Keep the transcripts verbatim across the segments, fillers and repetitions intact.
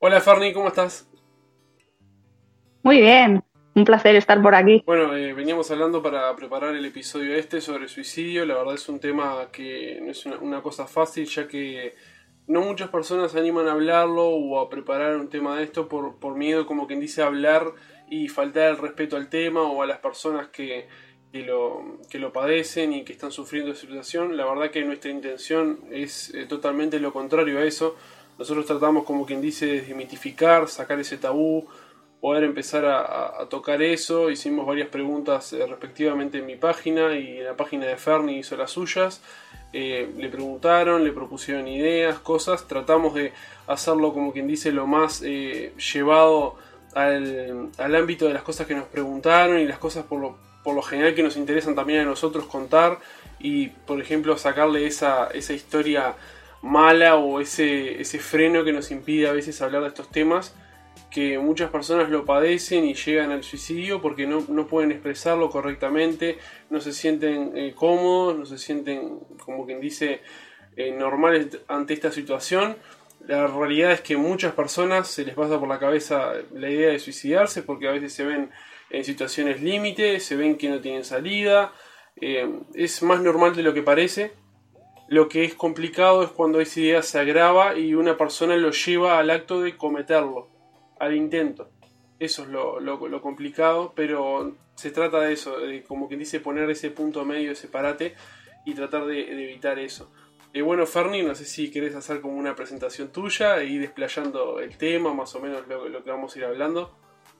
Hola Ferni, ¿cómo estás? Muy bien, un placer estar por aquí. Bueno, eh, veníamos hablando para preparar el episodio este sobre suicidio. La verdad es un tema que no es una, una cosa fácil, ya que no muchas personas se animan a hablarlo o a preparar un tema de esto por, por miedo, como quien dice, a hablar y faltar el respeto al tema o a las personas que, que, lo, que lo padecen y que están sufriendo esa situación. La verdad que nuestra intención es eh, totalmente lo contrario a eso. Nosotros tratamos, como quien dice, de desmitificar, sacar ese tabú, poder empezar a, a, a tocar eso. Hicimos varias preguntas eh, respectivamente en mi página, y en la página de Ferni hizo las suyas. Eh, le preguntaron, le propusieron ideas, cosas. Tratamos de hacerlo, como quien dice, lo más eh, llevado al, al ámbito de las cosas que nos preguntaron y las cosas por lo, por lo general que nos interesan también a nosotros contar. Y por ejemplo sacarle esa, esa historia mala o ese, ese freno que nos impide a veces hablar de estos temas, que muchas personas lo padecen y llegan al suicidio porque no, no pueden expresarlo correctamente, no se sienten eh, cómodos, no se sienten, como quien dice, eh, normales ante esta situación. La realidad es que muchas personas se les pasa por la cabeza la idea de suicidarse porque a veces se ven en situaciones límite, se ven que no tienen salida. Eh, es más normal de lo que parece. Lo que es complicado es cuando esa idea se agrava y una persona lo lleva al acto de cometerlo, al intento. Eso es lo, lo, lo complicado, pero se trata de eso, de, como quien dice, poner ese punto medio, ese parate, y tratar de, de evitar eso. Y eh, bueno, Ferni, no sé si querés hacer como una presentación tuya y ir desplayando el tema, más o menos lo, lo que vamos a ir hablando.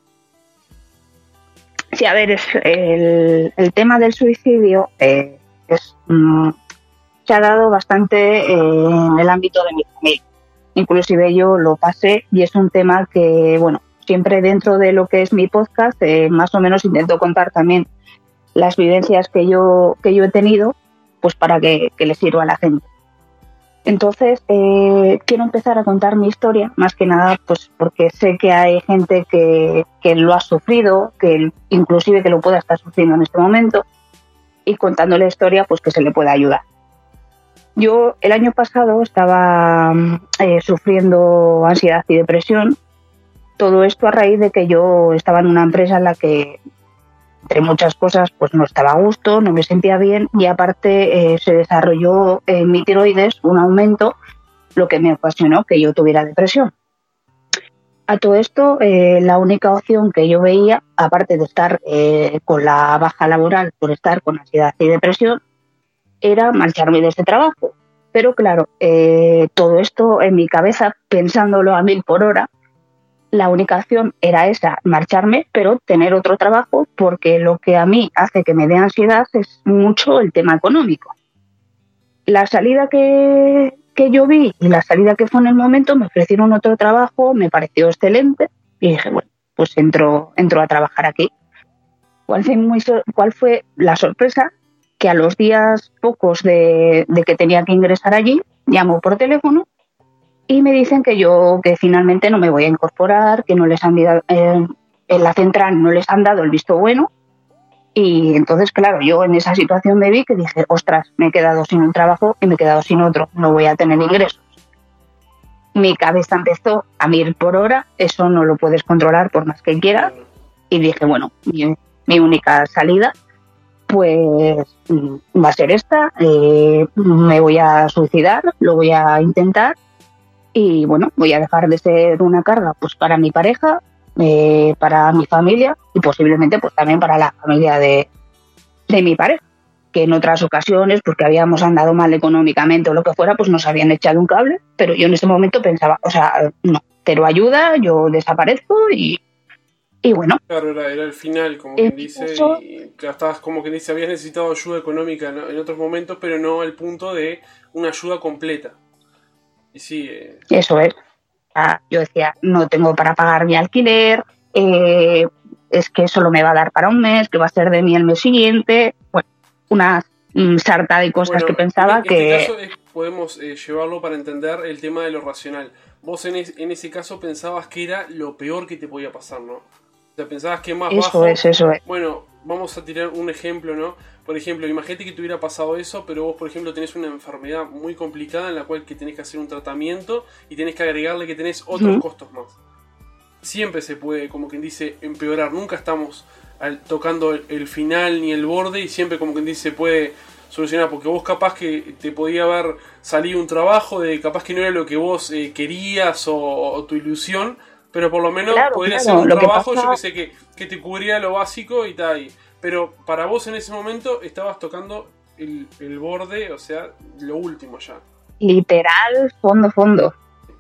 Sí, a ver, es, el, el tema del suicidio eh, es, mm, se ha dado bastante eh, en el ámbito de mi familia. Inclusive yo lo pasé y es un tema que, bueno, siempre dentro de lo que es mi podcast, eh, más o menos intento contar también las vivencias que yo, que yo he tenido, pues para que, que le sirva a la gente. Entonces, eh, quiero empezar a contar mi historia, más que nada pues porque sé que hay gente que, que lo ha sufrido, que inclusive que lo pueda estar sufriendo en este momento, y contando la historia pues que se le pueda ayudar. Yo el año pasado estaba eh, sufriendo ansiedad y depresión, todo esto a raíz de que yo estaba en una empresa en la que, entre muchas cosas, pues no estaba a gusto, no me sentía bien, y aparte eh, se desarrolló en mi tiroides un aumento, lo que me ocasionó que yo tuviera depresión. A todo esto, eh, la única opción que yo veía, aparte de estar eh, con la baja laboral por estar con ansiedad y depresión, era marcharme de este trabajo. Pero claro, eh, todo esto en mi cabeza, pensándolo a mil por hora, la única opción era esa, marcharme, pero tener otro trabajo, porque lo que a mí hace que me dé ansiedad es mucho el tema económico. La salida que, que yo vi y la salida que fue en el momento, me ofrecieron otro trabajo, me pareció excelente y dije, bueno, pues entro, entro a trabajar aquí. ¿Cuál fue, muy, cuál fue la sorpresa? Que a los días pocos de, de que tenía que ingresar allí, llamo por teléfono y me dicen que yo, que finalmente no me voy a incorporar, que no les han dado, eh, en la central no les han dado el visto bueno. Y entonces, claro, yo en esa situación me vi que dije, ostras, me he quedado sin un trabajo y me he quedado sin otro, no voy a tener ingresos. Mi cabeza empezó a mil por hora, eso no lo puedes controlar por más que quieras. Y dije, bueno, mi, mi única salida pues va a ser esta, eh, me voy a suicidar, lo voy a intentar. Y bueno, voy a dejar de ser una carga pues para mi pareja, eh, para mi familia y posiblemente pues también para la familia de, de mi pareja, que en otras ocasiones, porque habíamos andado mal económicamente o lo que fuera, pues nos habían echado un cable, pero yo en ese momento pensaba, o sea, no, pero ayuda, yo desaparezco y, y bueno. Claro, era, era el final, como quien dice, Caso, y ya estabas, como quien dice, habías necesitado ayuda económica en, en otros momentos, pero no al punto de una ayuda completa. Y sí, eh, eso es. Yo decía, no tengo para pagar mi alquiler, eh, es que solo me va a dar para un mes, que va a ser de mí el mes siguiente. Bueno, una mm, sarta de cosas bueno, que en pensaba este que... caso es- podemos eh, llevarlo para entender el tema de lo racional. Vos en, es- en ese caso pensabas que era lo peor que te podía pasar, ¿no? sea, pensabas que más Eso bajo. es, eso es. Bueno, vamos a tirar un ejemplo, ¿no? Por ejemplo, imagínate que te hubiera pasado eso, pero vos, por ejemplo, tenés una enfermedad muy complicada en la cual que tenés que hacer un tratamiento y tenés que agregarle que tenés otros uh-huh. costos más. Siempre se puede, como quien dice, empeorar. Nunca estamos al, tocando el, el final ni el borde, y siempre, como quien dice, se puede solucionar, porque vos capaz que te podía haber salido un trabajo de capaz que no era lo que vos eh, querías o, o tu ilusión, pero por lo menos claro, podría claro, ser un lo trabajo, que pasa... yo que sé, que, que te cubría lo básico y tal. Pero para vos en ese momento estabas tocando el, el borde, o sea, lo último ya. Literal, fondo, fondo.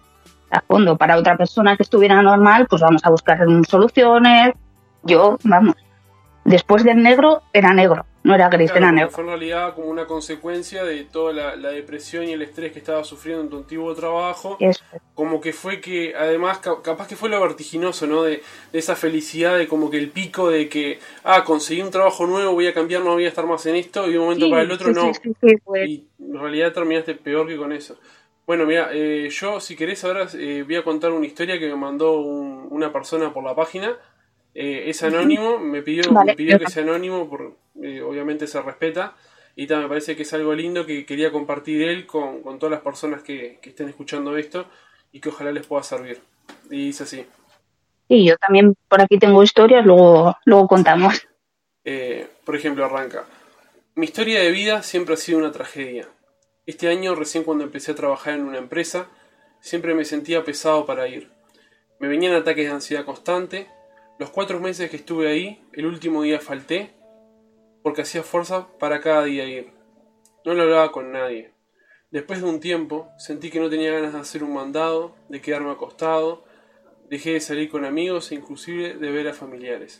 A fondo. Para otra persona que estuviera normal, pues vamos a buscar soluciones. Yo, vamos, después del negro era negro, no era gris, claro, era negro. Fue en realidad como una consecuencia de toda la, la depresión y el estrés que estaba sufriendo en tu antiguo trabajo. Eso. Como que fue que, además, capaz que fue lo vertiginoso, ¿no? De, de esa felicidad, de como que el pico de que, ah, conseguí un trabajo nuevo, voy a cambiar, no voy a estar más en esto, y de un momento sí, para el otro sí, no. Sí, sí, sí, pues. Y en realidad terminaste peor que con eso. Bueno, mira, eh, yo si querés ahora eh, voy a contar una historia que me mandó un, una persona por la página. Eh, es anónimo, me pidió, vale, me pidió que sea anónimo, por, eh, obviamente se respeta, y también me parece que es algo lindo que quería compartir él con, con todas las personas que, que estén escuchando esto y que ojalá les pueda servir. Y dice así. Sí, yo también por aquí tengo historias, luego, luego contamos. Eh, por ejemplo, arranca. Mi historia de vida siempre ha sido una tragedia. Este año, recién cuando empecé a trabajar en una empresa, siempre me sentía pesado para ir. Me venían ataques de ansiedad constante. Los cuatro meses que estuve ahí, el último día falté porque hacía fuerza para cada día ir. No lo hablaba con nadie. Después de un tiempo, sentí que no tenía ganas de hacer un mandado, de quedarme acostado, dejé de salir con amigos e inclusive de ver a familiares.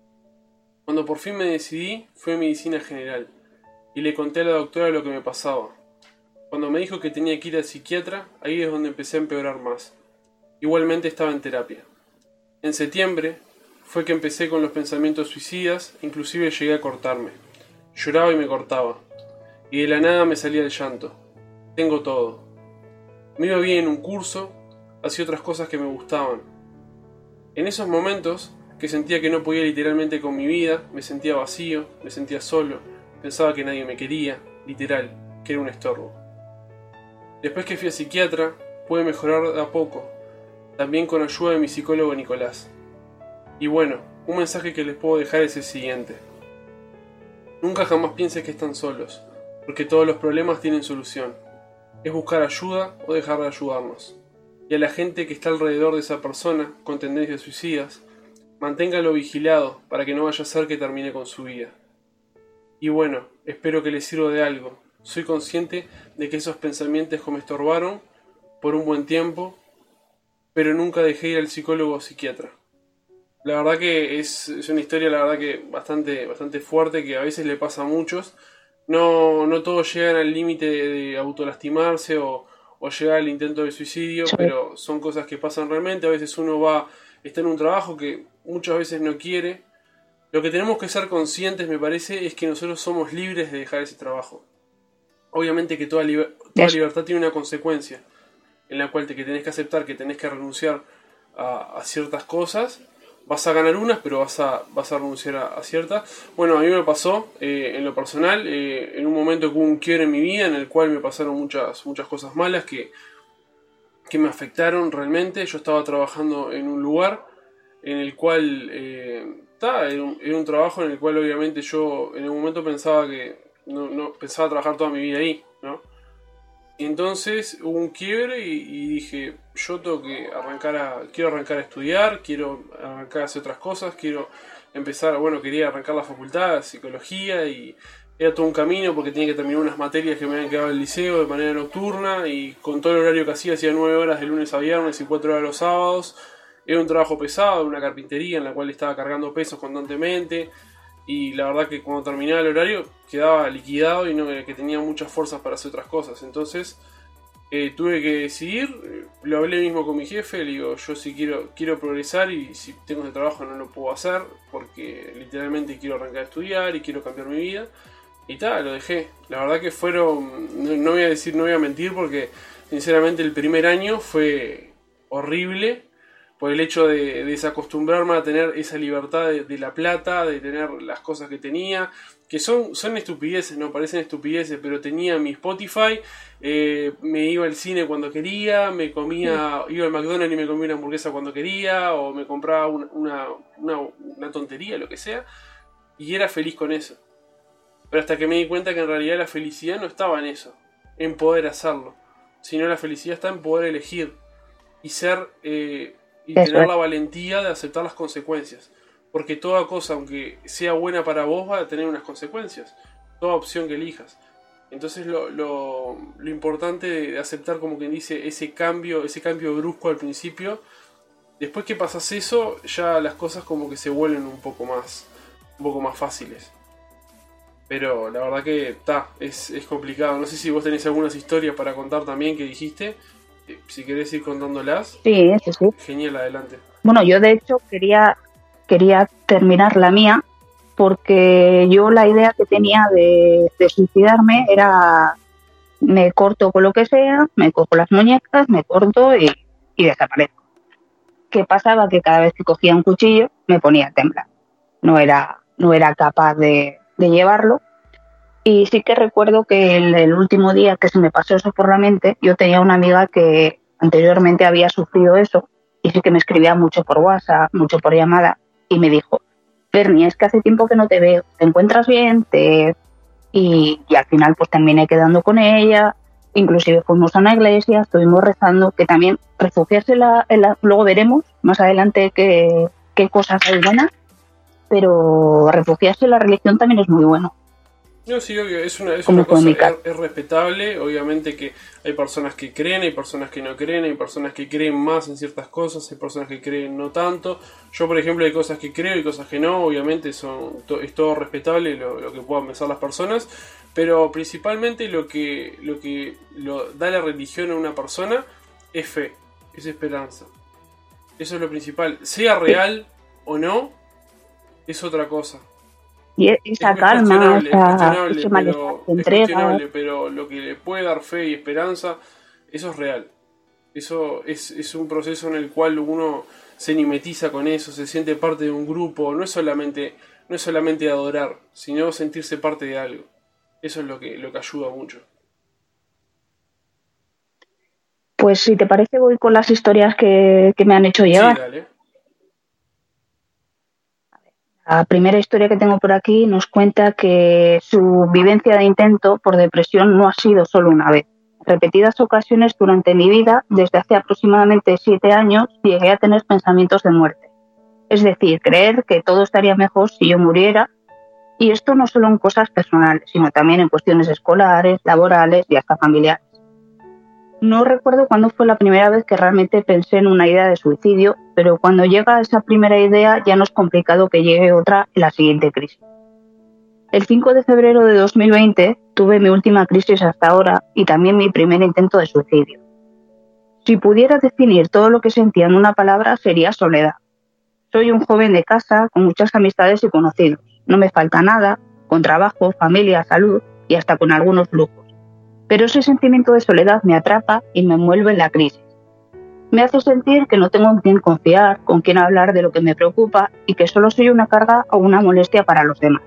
Cuando por fin me decidí, fue a medicina general y le conté a la doctora lo que me pasaba. Cuando me dijo que tenía que ir al psiquiatra, ahí es donde empecé a empeorar más. Igualmente estaba en terapia. En septiembre fue que empecé con los pensamientos suicidas, inclusive llegué a cortarme. Lloraba y me cortaba, y de la nada me salía el llanto. Tengo todo. Me iba bien en un curso, hacía otras cosas que me gustaban. En esos momentos, que sentía que no podía literalmente con mi vida, me sentía vacío, me sentía solo, pensaba que nadie me quería, literal, que era un estorbo. Después que fui a psiquiatra, pude mejorar de a poco, también con ayuda de mi psicólogo Nicolás. Y bueno, un mensaje que les puedo dejar es el siguiente. Nunca jamás pienses que están solos, porque todos los problemas tienen solución. Es buscar ayuda o dejar de ayudarnos. Y a la gente que está alrededor de esa persona con tendencias suicidas, manténgalo vigilado para que no vaya a ser que termine con su vida. Y bueno, espero que les sirva de algo. Soy consciente de que esos pensamientos me estorbaron por un buen tiempo, pero nunca dejé ir al psicólogo o psiquiatra. La verdad que es, es una historia, la verdad que bastante, bastante fuerte, que a veces le pasa a muchos. No, no todos llegan al límite de, de autolastimarse o, o llegar al intento de suicidio, sí. Pero son cosas que pasan realmente. A veces uno va, está en un trabajo que muchas veces no quiere. Lo que tenemos que ser conscientes, me parece, es que nosotros somos libres de dejar ese trabajo. Obviamente que toda, liber, toda libertad tiene una consecuencia, en la cual te que tenés que aceptar que tenés que renunciar a, a ciertas cosas. Vas a ganar unas, pero vas a, vas a renunciar a, a ciertas. Bueno, a mí me pasó, eh, en lo personal, eh, en un momento que hubo un quiebre en mi vida, en el cual me pasaron muchas, muchas cosas malas que, que me afectaron realmente. Yo estaba trabajando en un lugar en el cual, eh, ta, era, un, era un trabajo en el cual obviamente yo en un momento pensaba que, no, no pensaba trabajar toda mi vida ahí, ¿no? Y entonces hubo un quiebre y, y dije, yo tengo que arrancar a, quiero arrancar a estudiar, quiero arrancar a hacer otras cosas, quiero empezar, bueno, quería arrancar la facultad de psicología y era todo un camino porque tenía que terminar unas materias que me habían quedado en el liceo de manera nocturna y con todo el horario que hacía, hacía nueve horas de lunes a viernes y cuatro horas los sábados. Era un trabajo pesado, una carpintería en la cual estaba cargando pesos constantemente. Y la verdad que cuando terminaba el horario quedaba liquidado y no que tenía muchas fuerzas para hacer otras cosas. Entonces eh, tuve que decidir, eh, lo hablé mismo con mi jefe, le digo, yo sí quiero, quiero progresar y si tengo ese trabajo no lo puedo hacer porque literalmente quiero arrancar a estudiar y quiero cambiar mi vida. Y tal, lo dejé. La verdad que fueron, no, no voy a decir, no voy a mentir porque sinceramente el primer año fue horrible. por el hecho de, de desacostumbrarme a tener esa libertad de, de la plata, de tener las cosas que tenía, que son, son estupideces, no parecen estupideces, pero tenía mi Spotify, eh, me iba al cine cuando quería, me comía, iba al McDonald's y me comía una hamburguesa cuando quería, o me compraba una, una, una, una tontería, lo que sea, y era feliz con eso. Pero hasta que me di cuenta que en realidad la felicidad no estaba en eso, en poder hacerlo, sino la felicidad está en poder elegir y ser... Eh, y Eso tener es. la valentía de aceptar las consecuencias. Porque toda cosa, aunque sea buena para vos, va a tener unas consecuencias. Toda opción que elijas. Entonces lo, lo, lo importante de aceptar, como quien dice, ese cambio, ese cambio brusco al principio. Después que pasas eso, ya las cosas como que se vuelven un poco más, un poco más fáciles. Pero la verdad que está, es, es complicado. No sé si vos tenés algunas historias para contar también que dijiste. Si querés ir contándolas, Sí, sí, sí. genial, adelante. Bueno, yo de hecho quería, quería terminar la mía porque yo la idea que tenía de, de suicidarme era me corto con lo que sea, me cojo las muñecas, me corto y, y desaparezco. ¿Qué pasaba? Que cada vez que cogía un cuchillo me ponía a temblar. No era, no era capaz de, de llevarlo. Y sí que recuerdo que el, el último día que se me pasó eso por la mente, yo tenía una amiga que anteriormente había sufrido eso y sí que me escribía mucho por WhatsApp, mucho por llamada y me dijo, Berni, es que hace tiempo que no te veo, ¿te encuentras bien? Te... Y, y al final pues terminé quedando con ella, inclusive fuimos a una iglesia, estuvimos rezando, que también refugiarse en la, en la... Luego veremos más adelante qué, qué cosas hay buenas, pero refugiarse en la religión también es muy bueno. No, sí, obvio, es una, es Como una cosa, fue mi caso. es, es respetable, obviamente que hay personas que creen, hay personas que no creen, hay personas que creen más en ciertas cosas, hay personas que creen no tanto. Yo, por ejemplo, hay cosas que creo y cosas que no, obviamente son to, es todo respetable lo, lo que puedan pensar las personas, pero principalmente lo que, lo que lo, da la religión a una persona es fe, es esperanza. Eso es lo principal, sea real o no, es otra cosa. Y esa Es, es calma, cuestionable, es esa, cuestionable, ese malestar pero que es entrega. cuestionable, pero lo que le puede dar fe y esperanza, eso es real. Eso es, es un proceso en el cual uno se mimetiza con eso, se siente parte de un grupo, no es solamente, no es solamente adorar, sino sentirse parte de algo. Eso es lo que, lo que ayuda mucho. Pues si te parece voy con las historias que, que me han hecho Sí, llegar. dale. La primera historia que tengo por aquí nos cuenta que su vivencia de intento por depresión no ha sido solo una vez. En repetidas ocasiones durante mi vida, desde hace aproximadamente siete años, llegué a tener pensamientos de muerte. Es decir, creer que todo estaría mejor si yo muriera, y esto no solo en cosas personales, sino también en cuestiones escolares, laborales y hasta familiares. No recuerdo cuándo fue la primera vez que realmente pensé en una idea de suicidio, pero cuando llega esa primera idea ya no es complicado que llegue otra en la siguiente crisis. El cinco de febrero de dos mil veinte tuve mi última crisis hasta ahora y también mi primer intento de suicidio. Si pudiera definir todo lo que sentía en una palabra sería soledad. Soy un joven de casa con muchas amistades y conocidos. No me falta nada, con trabajo, familia, salud y hasta con algunos lujos. Pero ese sentimiento de soledad me atrapa y me envuelve en la crisis. Me hace sentir que no tengo en quién confiar, con quién hablar de lo que me preocupa y que solo soy una carga o una molestia para los demás.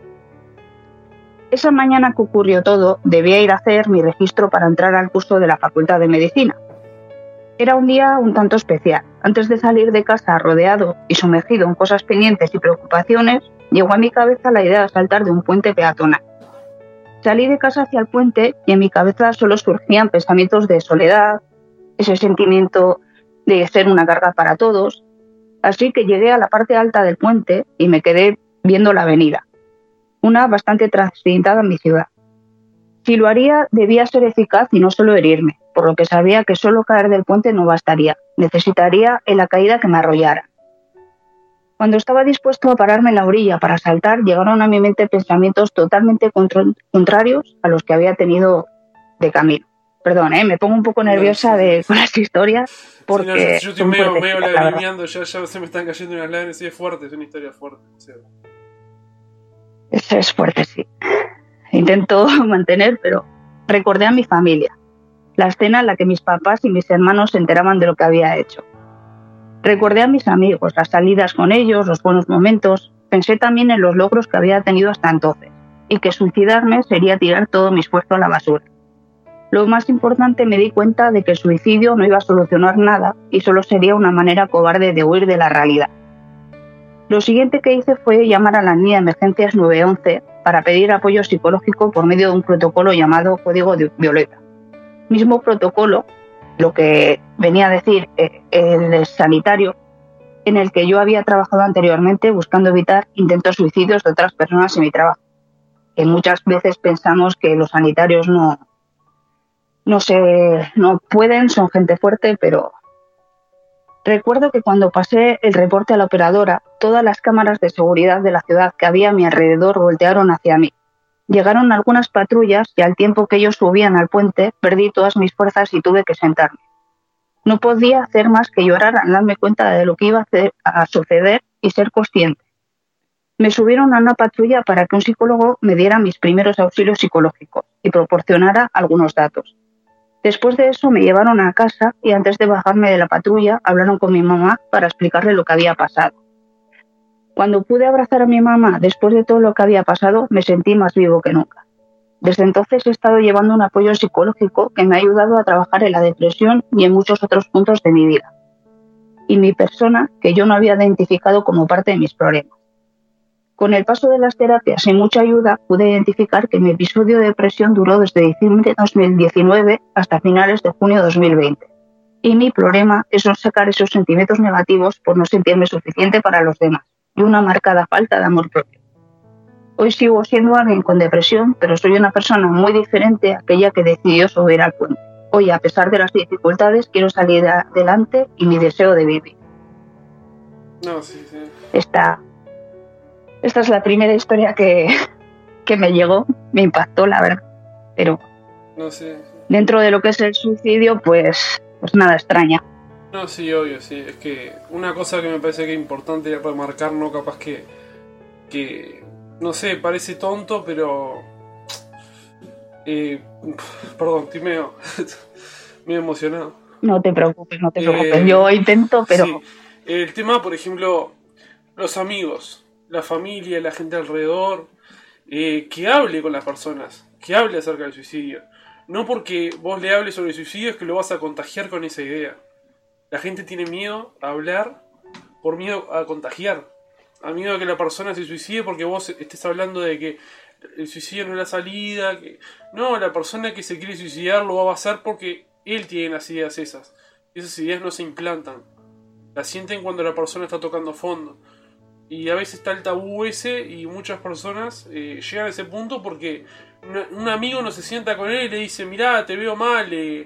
Esa mañana que ocurrió todo, debía ir a hacer mi registro para entrar al curso de la Facultad de Medicina. Era un día un tanto especial. Antes de salir de casa rodeado y sumergido en cosas pendientes y preocupaciones, llegó a mi cabeza la idea de saltar de un puente peatonal. Salí de casa hacia el puente y en mi cabeza solo surgían pensamientos de soledad, ese sentimiento de ser una carga para todos. Así que llegué a la parte alta del puente y me quedé viendo la avenida, una bastante transitada en mi ciudad. Si lo haría, debía ser eficaz y no solo herirme, por lo que sabía que solo caer del puente no bastaría. Necesitaría en la caída que me arrollara. Cuando estaba dispuesto a pararme en la orilla para saltar, llegaron a mi mente pensamientos totalmente contr- contrarios a los que había tenido de camino. Perdón, ¿eh? Me pongo un poco nerviosa No, sí, de, sí. con las historias porque Sí, no, yo, yo estoy son medio, medio fuertecitas, la verdad. lagrimeando, ya, ya se me están cayendo unas lágrimas, sí, es fuerte, es una historia fuerte. Sí. Eso es fuerte, sí. Intento mantener, pero recordé a mi familia. La escena en la que mis papás y mis hermanos se enteraban de lo que había hecho. Recordé a mis amigos, las salidas con ellos, los buenos momentos. Pensé también en los logros que había tenido hasta entonces y que suicidarme sería tirar todo mi esfuerzo a la basura. Lo más importante, me di cuenta de que el suicidio no iba a solucionar nada y solo sería una manera cobarde de huir de la realidad. Lo siguiente que hice fue llamar a la línea de emergencias nueve once para pedir apoyo psicológico por medio de un protocolo llamado Código de Violeta. Mismo protocolo, lo que venía a decir eh, el sanitario, en el que yo había trabajado anteriormente buscando evitar intentos suicidios de otras personas en mi trabajo. Que muchas veces pensamos que los sanitarios no, no, se, no pueden, son gente fuerte, pero... Recuerdo que cuando pasé el reporte a la operadora, todas las cámaras de seguridad de la ciudad que había a mi alrededor voltearon hacia mí. Llegaron algunas patrullas y al tiempo que ellos subían al puente, perdí todas mis fuerzas y tuve que sentarme. No podía hacer más que llorar al darme cuenta de lo que iba a, hacer, a suceder y ser consciente. Me subieron a una patrulla para que un psicólogo me diera mis primeros auxilios psicológicos y proporcionara algunos datos. Después de eso me llevaron a casa y antes de bajarme de la patrulla hablaron con mi mamá para explicarle lo que había pasado. Cuando pude abrazar a mi mamá después de todo lo que había pasado, me sentí más vivo que nunca. Desde entonces he estado llevando un apoyo psicológico que me ha ayudado a trabajar en la depresión y en muchos otros puntos de mi vida. Y mi persona, que yo no había identificado como parte de mis problemas. Con el paso de las terapias y mucha ayuda, pude identificar que mi episodio de depresión duró desde diciembre de dos mil diecinueve hasta finales de junio de dos mil veinte. Y mi problema es no sacar esos sentimientos negativos por no sentirme suficiente para los demás y una marcada falta de amor propio. Hoy sigo siendo alguien con depresión, pero soy una persona muy diferente a aquella que decidió subir al puente. Hoy, a pesar de las dificultades, quiero salir adelante y mi deseo de vivir. No, sí, sí. Esta, esta es la primera historia que, que me llegó, me impactó, la verdad. Pero no sé. Dentro de lo que es el suicidio, pues, pues nada extraña. No, sí, obvio, sí. Es que una cosa que me parece que es importante remarcar, ¿no? Capaz que, que no sé, parece tonto, pero... Eh, perdón, estoy medio, medio emocionado. No te preocupes, no te preocupes. Eh, Yo intento, pero... Sí. El tema, por ejemplo, los amigos, la familia, la gente alrededor, eh, que hable con las personas, que hable acerca del suicidio. No porque vos le hables sobre el suicidio es que lo vas a contagiar con esa idea. La gente tiene miedo a hablar por miedo a contagiar. A miedo a que la persona se suicide porque vos estés hablando de que el suicidio no es la salida. Que... No, la persona que se quiere suicidar lo va a hacer porque él tiene las ideas esas. Esas ideas no se implantan. Las sienten cuando la persona está tocando fondo. Y a veces está el tabú ese y muchas personas eh, llegan a ese punto porque una, un amigo no se sienta con él y le dice, mirá, te veo mal, eh,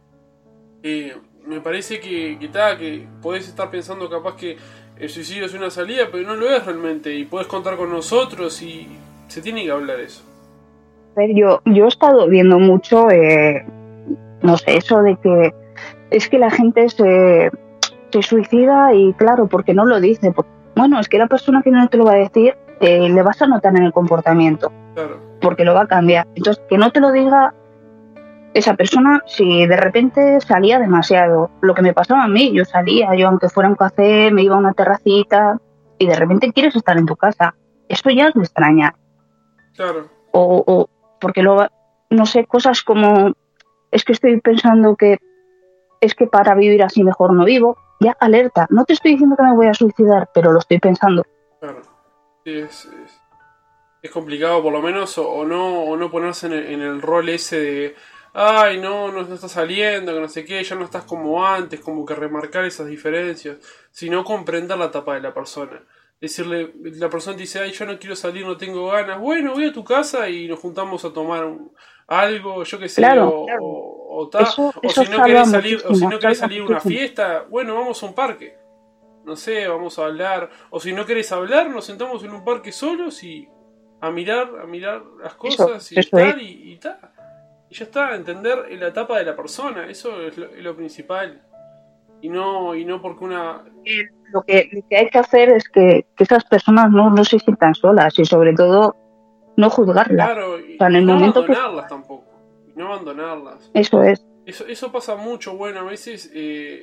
eh, me parece que, que, ta, que podés estar pensando capaz que el suicidio es una salida, pero no lo es realmente y podés contar con nosotros y se tiene que hablar eso. A ver, yo, yo he estado viendo mucho, eh, no sé, eso de que es que la gente se, se suicida y claro, porque no lo dice. Porque, bueno, es que la persona que no te lo va a decir, eh, le vas a notar en el comportamiento. Claro. Porque lo va a cambiar. Entonces, que no te lo diga esa persona, si de repente salía demasiado. Lo que me pasaba a mí, yo salía, yo aunque fuera un café, me iba a una terracita y de repente quieres estar en tu casa. Eso ya es extraña. Claro. O, o porque lo, no sé, cosas como, es que estoy pensando que es que para vivir así mejor no vivo. Ya, alerta. No te estoy diciendo que me voy a suicidar, pero lo estoy pensando. Claro. Sí, es, es, es complicado por lo menos, o, o no o no ponerse en el, en el rol ese de ay, no, no, no está saliendo, que no sé qué, ya no estás como antes, como que remarcar esas diferencias, sino comprender la etapa de la persona. Decirle, la persona dice, ay, yo no quiero salir, no tengo ganas, bueno, voy a tu casa y nos juntamos a tomar un, algo, yo qué sé, claro, o, claro. o, o, ta, eso, o eso si no querés salir, muchísimo, o si no querés salir a una muchísimo. fiesta, bueno, vamos a un parque, no sé, vamos a hablar, o si no querés hablar, nos sentamos en un parque solos y a mirar, a mirar las cosas eso, y eso tal, es. y, y tal. Y ya está, entender la etapa de la persona, eso es lo, es lo principal. Y no, y no porque una... Lo que, lo que hay que hacer es que, que esas personas no, no se sientan solas y sobre todo no juzgarlas. Claro, y, o sea, en y el no momento abandonarlas que... tampoco. Y no abandonarlas. Eso es. Eso, eso pasa mucho, bueno, a veces... Eh,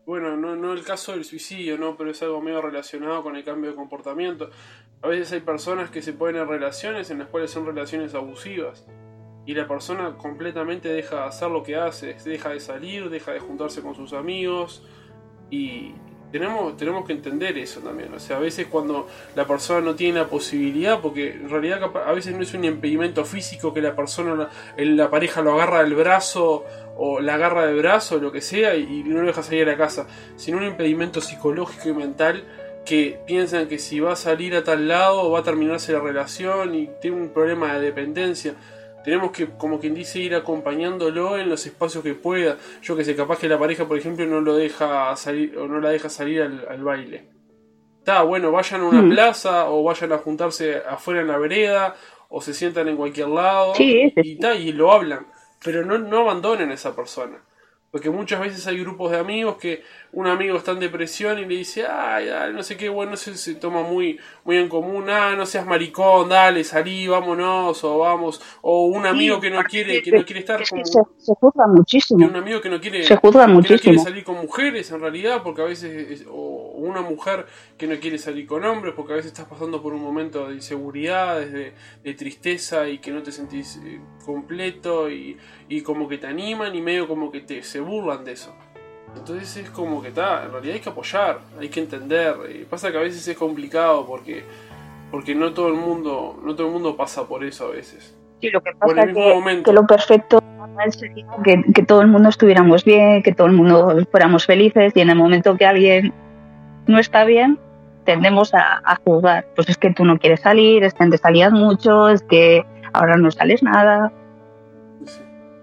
bueno, no, no el caso del suicidio, ¿no? Pero es algo medio relacionado con el cambio de comportamiento. A veces hay personas que se ponen en relaciones en las cuales son relaciones abusivas. Y la persona completamente deja de hacer lo que hace, deja de salir, deja de juntarse con sus amigos. Y tenemos, tenemos que entender eso también. O sea, a veces cuando la persona no tiene la posibilidad, porque en realidad a veces no es un impedimento físico que la persona, la pareja lo agarra del brazo o la agarra del brazo o lo que sea y no lo deja salir a la casa, sino un impedimento psicológico y mental que piensan que si va a salir a tal lado va a terminarse la relación y tiene un problema de dependencia. Tenemos que, como quien dice, ir acompañándolo en los espacios que pueda. Yo que sé, capaz que la pareja, por ejemplo, no lo deja salir o no la deja salir al, al baile. Está bueno, vayan a una mm. plaza o vayan a juntarse afuera en la vereda o se sientan en cualquier lado sí, sí. y, ta, y lo hablan. Pero no, no abandonen a esa persona. Porque muchas veces hay grupos de amigos que un amigo está en depresión y le dice, ay, dale, no sé qué, bueno, eso se toma muy, muy en común, ah, no seas maricón, dale, salí, vámonos, o vamos, o un amigo sí, que no quiere, que no quiere estar es como... Que se, se juzga muchísimo. Que un amigo que no quiere, se juzga que muchísimo. no quiere salir con mujeres en realidad, porque a veces, es, o una mujer que no quiere salir con hombres, porque a veces estás pasando por un momento de inseguridad, de, de tristeza y que no te sentís eh, completo y, y como que te animan y medio como que te se burlan de eso. Entonces es como que está, en realidad hay que apoyar, hay que entender. Y pasa que a veces es complicado porque porque no todo el mundo no todo el mundo pasa por eso a veces. Sí, lo que pasa es que, que lo perfecto sería que, que todo el mundo estuviéramos bien, que todo el mundo fuéramos felices, y en el momento que alguien no está bien tendemos a, a juzgar. Pues es que tú no quieres salir, es que antes salías mucho, es que ahora no sales nada. Sí.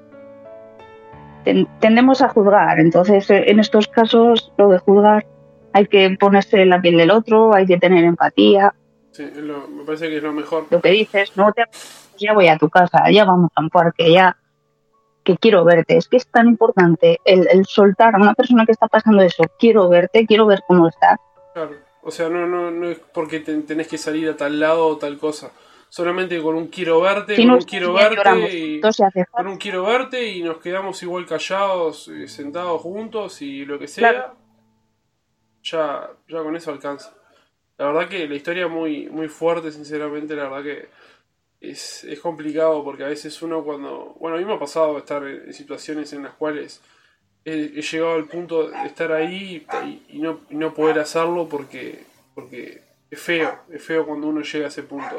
Tendemos a juzgar. Entonces en estos casos lo de juzgar hay que ponerse en la piel del otro, hay que tener empatía. Sí, lo, me parece que es lo mejor. Lo que dices, no te ya voy a tu casa, ya vamos a un parque, ya que quiero verte. Es que es tan importante el, el soltar a una persona que está pasando eso, quiero verte, quiero ver cómo estás. Claro, o sea, no, no, no es porque te, tenés que salir a tal lado o tal cosa. Solamente con un quiero verte, si con no, un quiero verte lloramos, y con un quiero verte y nos quedamos igual callados, eh, sentados juntos y lo que sea, claro. ya, ya con eso alcanza. La verdad que la historia es muy, muy fuerte, sinceramente, la verdad que es, es complicado porque a veces uno cuando... Bueno, a mí me ha pasado estar en situaciones en las cuales he, he llegado al punto de estar ahí y, y, no, y no poder hacerlo porque, porque es feo, es feo cuando uno llega a ese punto.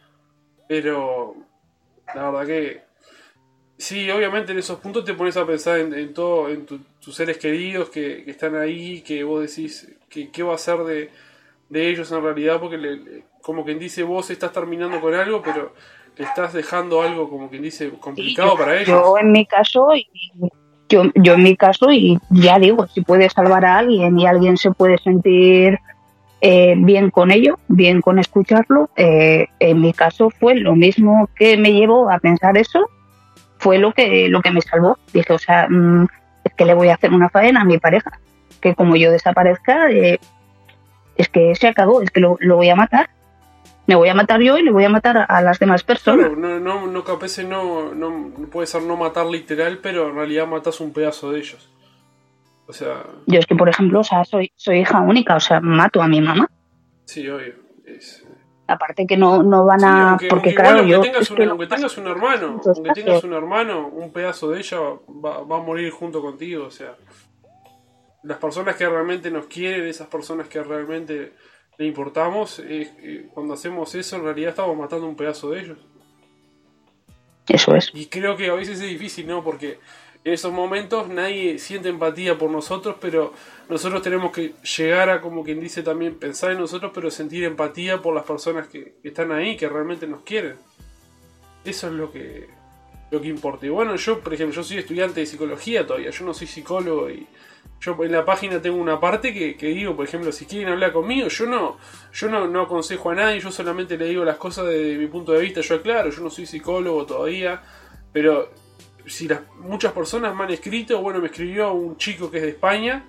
Pero la verdad que sí, obviamente en esos puntos te pones a pensar en, en todo, en tu, tus seres queridos que, que están ahí, que vos decís que qué va a ser de, de ellos en realidad, porque le, le, como quien dice vos estás terminando con algo, pero le estás dejando algo como quien dice complicado sí, yo, para ellos. Yo en mi caso, y, yo, yo en mi caso, y ya digo, si puedes salvar a alguien y alguien se puede sentir Eh, bien con ello, bien con escucharlo, eh, en mi caso fue lo mismo que me llevó a pensar eso, fue lo que lo que me salvó. Dije, o sea, mmm, es que le voy a hacer una faena a mi pareja, que como yo desaparezca, eh, es que se acabó, es que lo, lo voy a matar. Me voy a matar yo y le voy a matar a, a las demás personas. Claro, no, no, no, capaz no, no, no puede ser no matar literal, pero en realidad matas un pedazo de ellos. O sea, yo es que, por ejemplo, o sea, soy, soy hija única, o sea, mato a mi mamá. Sí, obvio. Es... Aparte que no, no van sí, a... aunque, porque aunque claro, igual, yo... aunque tengas, es un, que aunque tengas un hermano, aunque casos. tengas un hermano, un pedazo de ella va, va a morir junto contigo, o sea. Las personas que realmente nos quieren, esas personas que realmente le importamos, eh, eh, cuando hacemos eso, en realidad estamos matando un pedazo de ellos. Eso es. Y creo que a veces es difícil, ¿no? Porque en esos momentos nadie siente empatía por nosotros, pero nosotros tenemos que llegar a, como quien dice también, pensar en nosotros, pero sentir empatía por las personas que, que están ahí, que realmente nos quieren. Eso es lo que, lo que importa. Y bueno, yo, por ejemplo, yo soy estudiante de psicología todavía, yo no soy psicólogo y yo en la página tengo una parte que, que digo, por ejemplo, si quieren hablar conmigo, yo no yo no, no aconsejo a nadie, yo solamente le digo las cosas desde mi punto de vista, yo aclaro, yo no soy psicólogo todavía, pero si las muchas personas me han escrito, bueno, me escribió un chico que es de España,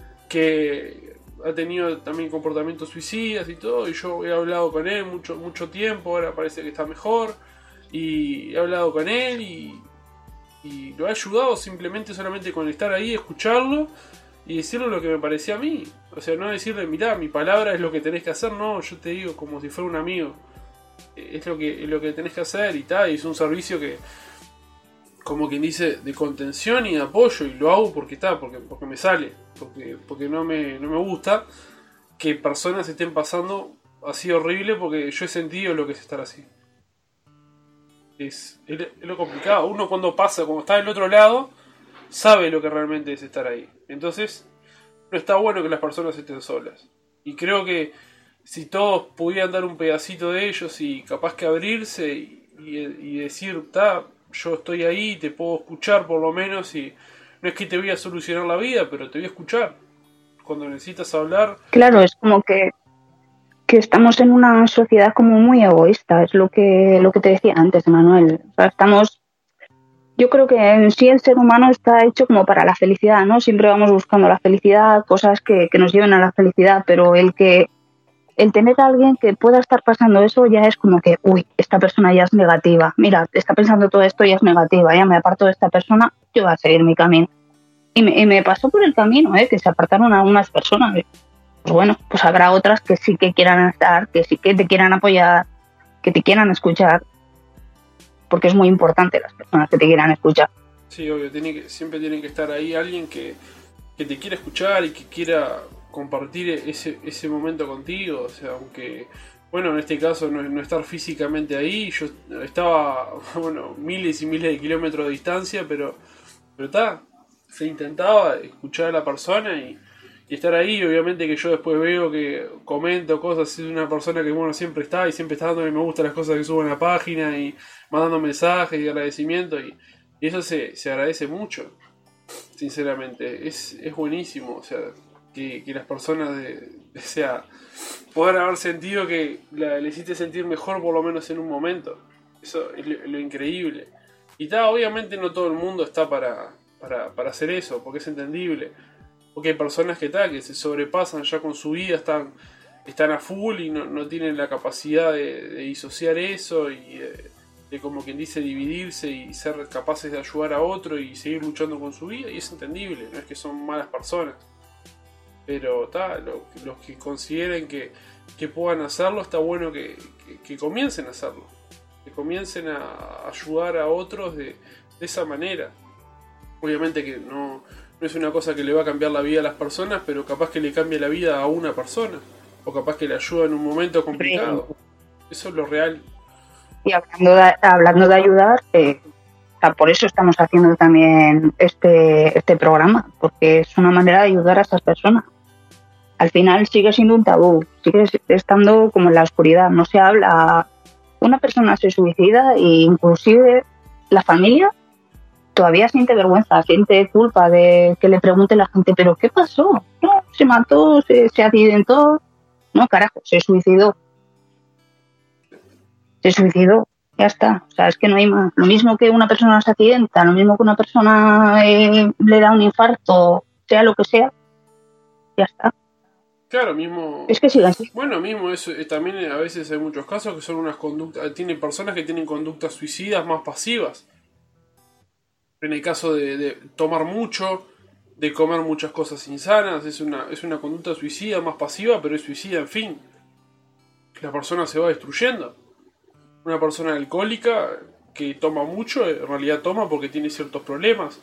que ha tenido también comportamientos suicidas y todo, y yo he hablado con él mucho, mucho tiempo, ahora parece que está mejor, y he hablado con él y, y lo he ayudado simplemente solamente con estar ahí, escucharlo, y decirle lo que me parecía a mí. O sea, no decirle, mirá, mi palabra es lo que tenés que hacer, no, yo te digo como si fuera un amigo. Es lo que, es lo que tenés que hacer y tal, y es un servicio que, como quien dice, de contención y de apoyo, y lo hago porque está, porque, porque me sale, porque, porque no me, no me gusta que personas estén pasando así horrible, porque yo he sentido lo que es estar así. Es, es, es lo complicado. Uno cuando pasa, cuando está del otro lado, sabe lo que realmente es estar ahí. Entonces, no está bueno que las personas estén solas. Y creo que si todos pudieran dar un pedacito de ellos y capaz que abrirse y, y, y decir, ta, yo estoy ahí, te puedo escuchar por lo menos, y no es que te voy a solucionar la vida, pero te voy a escuchar. Cuando necesitas hablar... Claro, es como que, que estamos en una sociedad como muy egoísta, es lo que, lo que te decía antes, Manuel. O sea, estamos... Yo creo que en sí el ser humano está hecho como para la felicidad, ¿no? Siempre vamos buscando la felicidad, cosas que, que nos lleven a la felicidad, pero el que el tener a alguien que pueda estar pasando eso ya es como que, uy, esta persona ya es negativa, mira, está pensando todo esto, ya es negativa, ya me aparto de esta persona, yo voy a seguir mi camino. Y me, y me pasó por el camino, ¿eh? Que se apartaron algunas personas. Pues bueno, pues habrá otras que sí que quieran estar, que sí que te quieran apoyar, que te quieran escuchar, porque es muy importante las personas que te quieran escuchar. Sí, obvio, tiene que, siempre tiene que estar ahí alguien que, que te quiera escuchar y que quiera compartir ese, ese momento contigo. O sea, aunque, bueno, en este caso no, no estar físicamente ahí, yo estaba, bueno, miles y miles de kilómetros de distancia, pero pero está, se intentaba escuchar a la persona y, y estar ahí. Obviamente que yo después veo que comento cosas, es una persona que, bueno, siempre está y siempre está dándole me gusta a las cosas que subo en la página y mandando mensajes y agradecimiento, y, y eso se, se agradece mucho, sinceramente, es, es buenísimo. O sea, que, que las personas de, o sea, puedan haber sentido que la, le hiciste sentir mejor por lo menos en un momento. Eso es lo, lo increíble. Y ta, obviamente no todo el mundo está para, para, para hacer eso, porque es entendible. Porque hay personas que, ta, que se sobrepasan ya con su vida, están, están a full y no, no tienen la capacidad de, de disociar eso y de, de, como quien dice, dividirse y ser capaces de ayudar a otro y seguir luchando con su vida, y es entendible, no es que son malas personas. Pero ta, lo, los que consideren que, que puedan hacerlo, está bueno que, que, que comiencen a hacerlo. Que comiencen a ayudar a otros de, de esa manera. Obviamente que no, no es una cosa que le va a cambiar la vida a las personas, pero capaz que le cambie la vida a una persona, o capaz que le ayuda en un momento complicado. Eso es lo real. Y hablando de, hablando de ayudar, eh, por eso estamos haciendo también este, este programa, porque es una manera de ayudar a esas personas. Al final sigue siendo un tabú, sigue estando como en la oscuridad, no se habla. Una persona se suicida e inclusive la familia todavía siente vergüenza, siente culpa de que le pregunte la gente, ¿pero qué pasó? No, se mató, se, se accidentó. No, carajo, se suicidó. Se suicidó, ya está. O sea, es que no hay más. Lo mismo que una persona se accidenta, lo mismo que una persona eh, le da un infarto, sea lo que sea, ya está. Claro, mismo. Es que sigue así. Bueno, mismo eso. Eh, también a veces hay muchos casos que son unas conductas. Tienen personas que tienen conductas suicidas más pasivas. En el caso de, de tomar mucho, de comer muchas cosas insanas, es una, es una conducta suicida más pasiva, pero es suicida, en fin. La persona se va destruyendo. Una persona alcohólica que toma mucho, en realidad toma porque tiene ciertos problemas.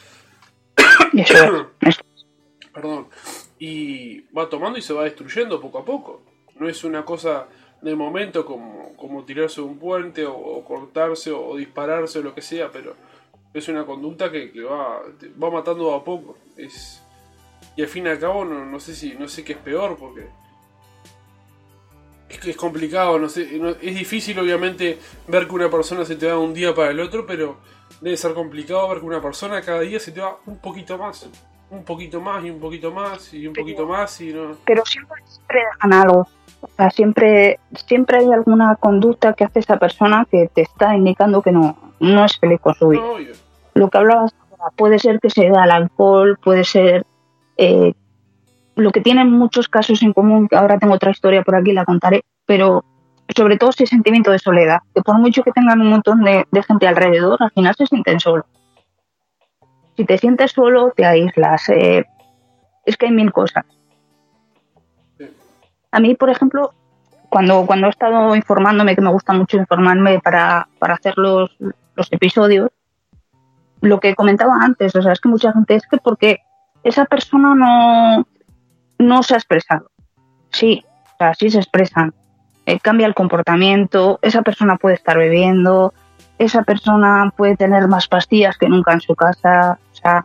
Eso es. Perdón. Y va tomando y se va destruyendo poco a poco. No es una cosa de momento como, como tirarse de un puente o, o cortarse o, o dispararse o lo que sea, pero es una conducta que, que va, va matando a poco. Es, y al fin y al cabo no, no sé si no sé qué es peor, porque es que es complicado, no sé, no, es difícil obviamente ver que una persona se te va de un día para el otro, pero debe ser complicado ver que una persona cada día se te va un poquito más. Un poquito más y un poquito más y un pero, poquito más y no. Pero siempre, siempre dejan algo. O sea, siempre, siempre hay alguna conducta que hace esa persona que te está indicando que no, no es feliz con su vida. No, lo que hablabas puede ser que se da al alcohol, puede ser eh, lo que tienen muchos casos en común, que ahora tengo otra historia por aquí, la contaré, pero sobre todo ese sentimiento de soledad, que por mucho que tengan un montón de, de gente alrededor, al final se sienten solos. Si te sientes solo, te aíslas. Eh, es que hay mil cosas. Sí. A mí, por ejemplo, cuando, cuando he estado informándome, que me gusta mucho informarme para, para hacer los, los episodios, lo que comentaba antes, o sea, es que mucha gente es que porque esa persona no, no se ha expresado. Sí, o sea, sí se expresan. Eh, cambia el comportamiento, esa persona puede estar bebiendo, esa persona puede tener más pastillas que nunca en su casa, o sea,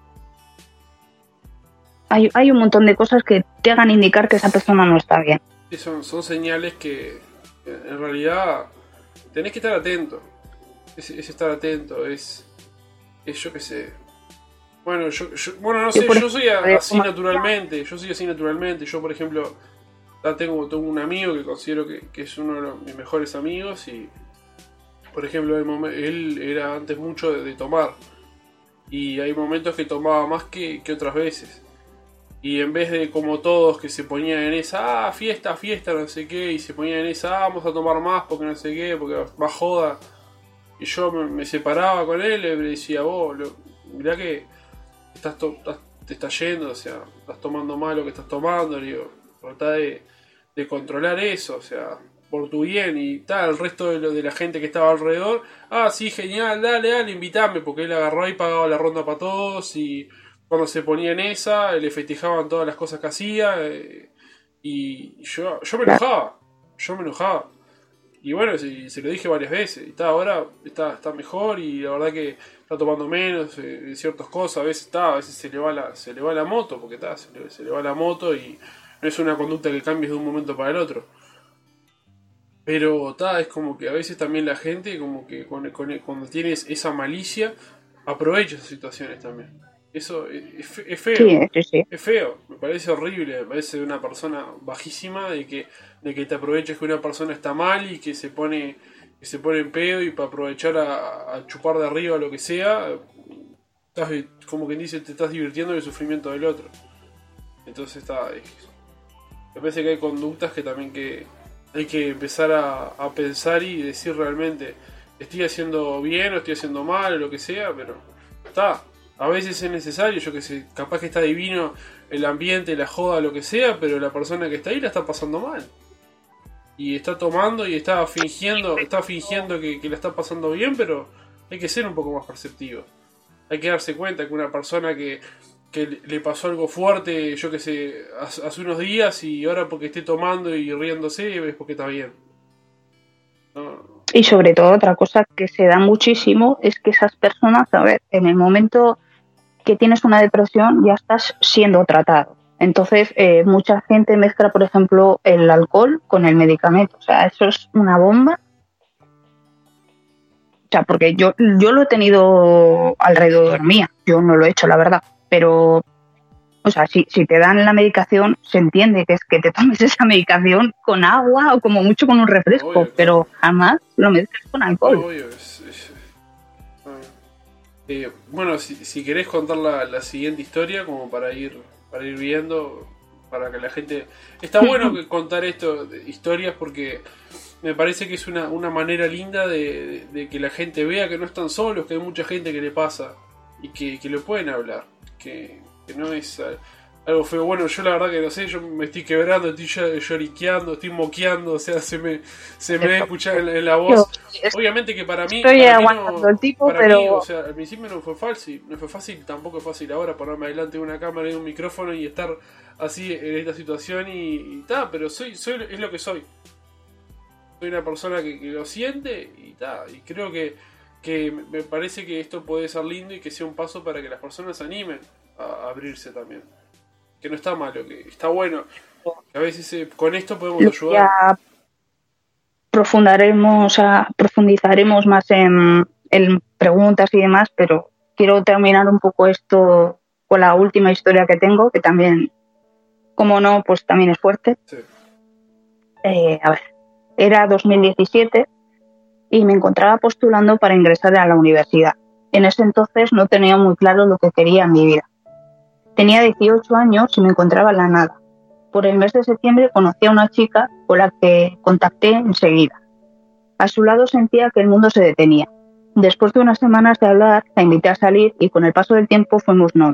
hay, hay un montón de cosas que te hagan indicar que esa persona no está bien. Sí, son, son señales que en realidad tenés que estar atento. Es, es estar atento, es, es yo qué sé. Bueno, yo, yo bueno no Yo, sé, por yo soy ejemplo, así como- naturalmente, yo soy así naturalmente. Yo, por ejemplo, ya tengo, tengo un amigo que considero que, que es uno de los, mis mejores amigos y, por ejemplo, el momen- él era antes mucho de, de tomar y hay momentos que tomaba más que, que otras veces. Y en vez de como todos que se ponían en esa, ah, fiesta, fiesta, no sé qué, y se ponían en esa, ah, vamos a tomar más porque no sé qué, porque va joda. Y yo me, me separaba con él y le decía, vos, lo, mirá que estás, to- estás- te estás yendo, o sea, estás tomando mal lo que estás tomando, le digo, tratá de, de controlar eso, o sea, por tu bien y tal, el resto de, lo, de la gente que estaba alrededor, ah, sí, genial, dale, dale, invitame, porque él agarró y pagaba la ronda para todos y cuando se ponía en esa, le festejaban todas las cosas que hacía eh, y yo, yo me enojaba, yo me enojaba. Y bueno, se, se lo dije varias veces. Y está, ahora está, está mejor y la verdad que está tomando menos eh, ciertas cosas. A veces está, a veces se le va la, se le va la moto, porque está, se le, se le va la moto y no es una conducta que cambies de un momento para el otro. Pero está, es como que a veces también la gente, como que con, con- cuando tienes esa malicia, aprovecha esas situaciones también. Eso es, es fe- es feo. Sí, sí, sí. Es feo, me parece horrible, me parece de una persona bajísima de que, de que te aproveches que una persona está mal y que se pone, que se pone en pedo y para aprovechar a, a chupar de arriba lo que sea, estás, como quien dice, te estás divirtiendo en el sufrimiento del otro. Entonces está, es- me parece que hay conductas que también que hay que empezar a, a pensar y decir realmente, estoy haciendo bien o estoy haciendo mal o lo que sea, pero está. A veces es necesario, yo que sé, capaz que está divino el ambiente, la joda, lo que sea, pero la persona que está ahí la está pasando mal. Y está tomando y está fingiendo, está fingiendo que, que la está pasando bien, pero hay que ser un poco más perceptivo. Hay que darse cuenta que una persona que, que le pasó algo fuerte, yo que sé, hace hace unos días y ahora porque esté tomando y riéndose es porque está bien. No, Y sobre todo otra cosa que se da muchísimo es que esas personas, a ver, en el momento que tienes una depresión ya estás siendo tratado. Entonces, eh, mucha gente mezcla, por ejemplo, el alcohol con el medicamento. O sea, eso es una bomba. O sea, porque yo, yo lo he tenido alrededor mía. Yo no lo he hecho, la verdad. Pero, o sea, si, si te dan la medicación, se entiende que es que te tomes esa medicación con agua o como mucho con un refresco. obvio, claro. Pero jamás lo mezclas con alcohol. Obvio, es, es- ah. Eh, bueno, si, si querés contar la, la siguiente historia, como para ir para ir viendo, para que la gente... Está bueno que contar esto, de historias, porque me parece que es una, una manera linda de, de- de que la gente vea que no están solos, que hay mucha gente que le pasa y que, que lo pueden hablar, que, que no es eh, algo feo. Bueno, yo la verdad que no sé, yo me estoy quebrando, estoy ll- lloriqueando, estoy moqueando, o sea, se me, se me escucha en, en la voz. Obviamente que para mí, Estoy para mí aguantando no, el tipo, para pero... mí, o sea, al principio no fue fácil, no fue fácil, tampoco es fácil ahora ponerme delante de una cámara y un micrófono y estar así en esta situación y ta, pero soy, soy, es lo que soy. Soy una persona que, que lo siente y ta, y creo que, que me parece que esto puede ser lindo y que sea un paso para que las personas se animen a abrirse también. Que no está malo, que está bueno. Que a veces eh, con esto podemos ayudar. Ya profundaremos, a- profundizaremos más en, en preguntas y demás, pero quiero terminar un poco esto con la última historia que tengo, que también, como no, pues también es fuerte. Sí. Eh, a ver, era dos mil diecisiete y me encontraba postulando para ingresar a la universidad. En ese entonces no tenía muy claro lo que quería en mi vida. Tenía dieciocho años y me encontraba en la nada. Por el mes de septiembre conocí a una chica con la que contacté enseguida. A su lado sentía que el mundo se detenía. Después de unas semanas de hablar, la invité a salir y con el paso del tiempo fuimos novios.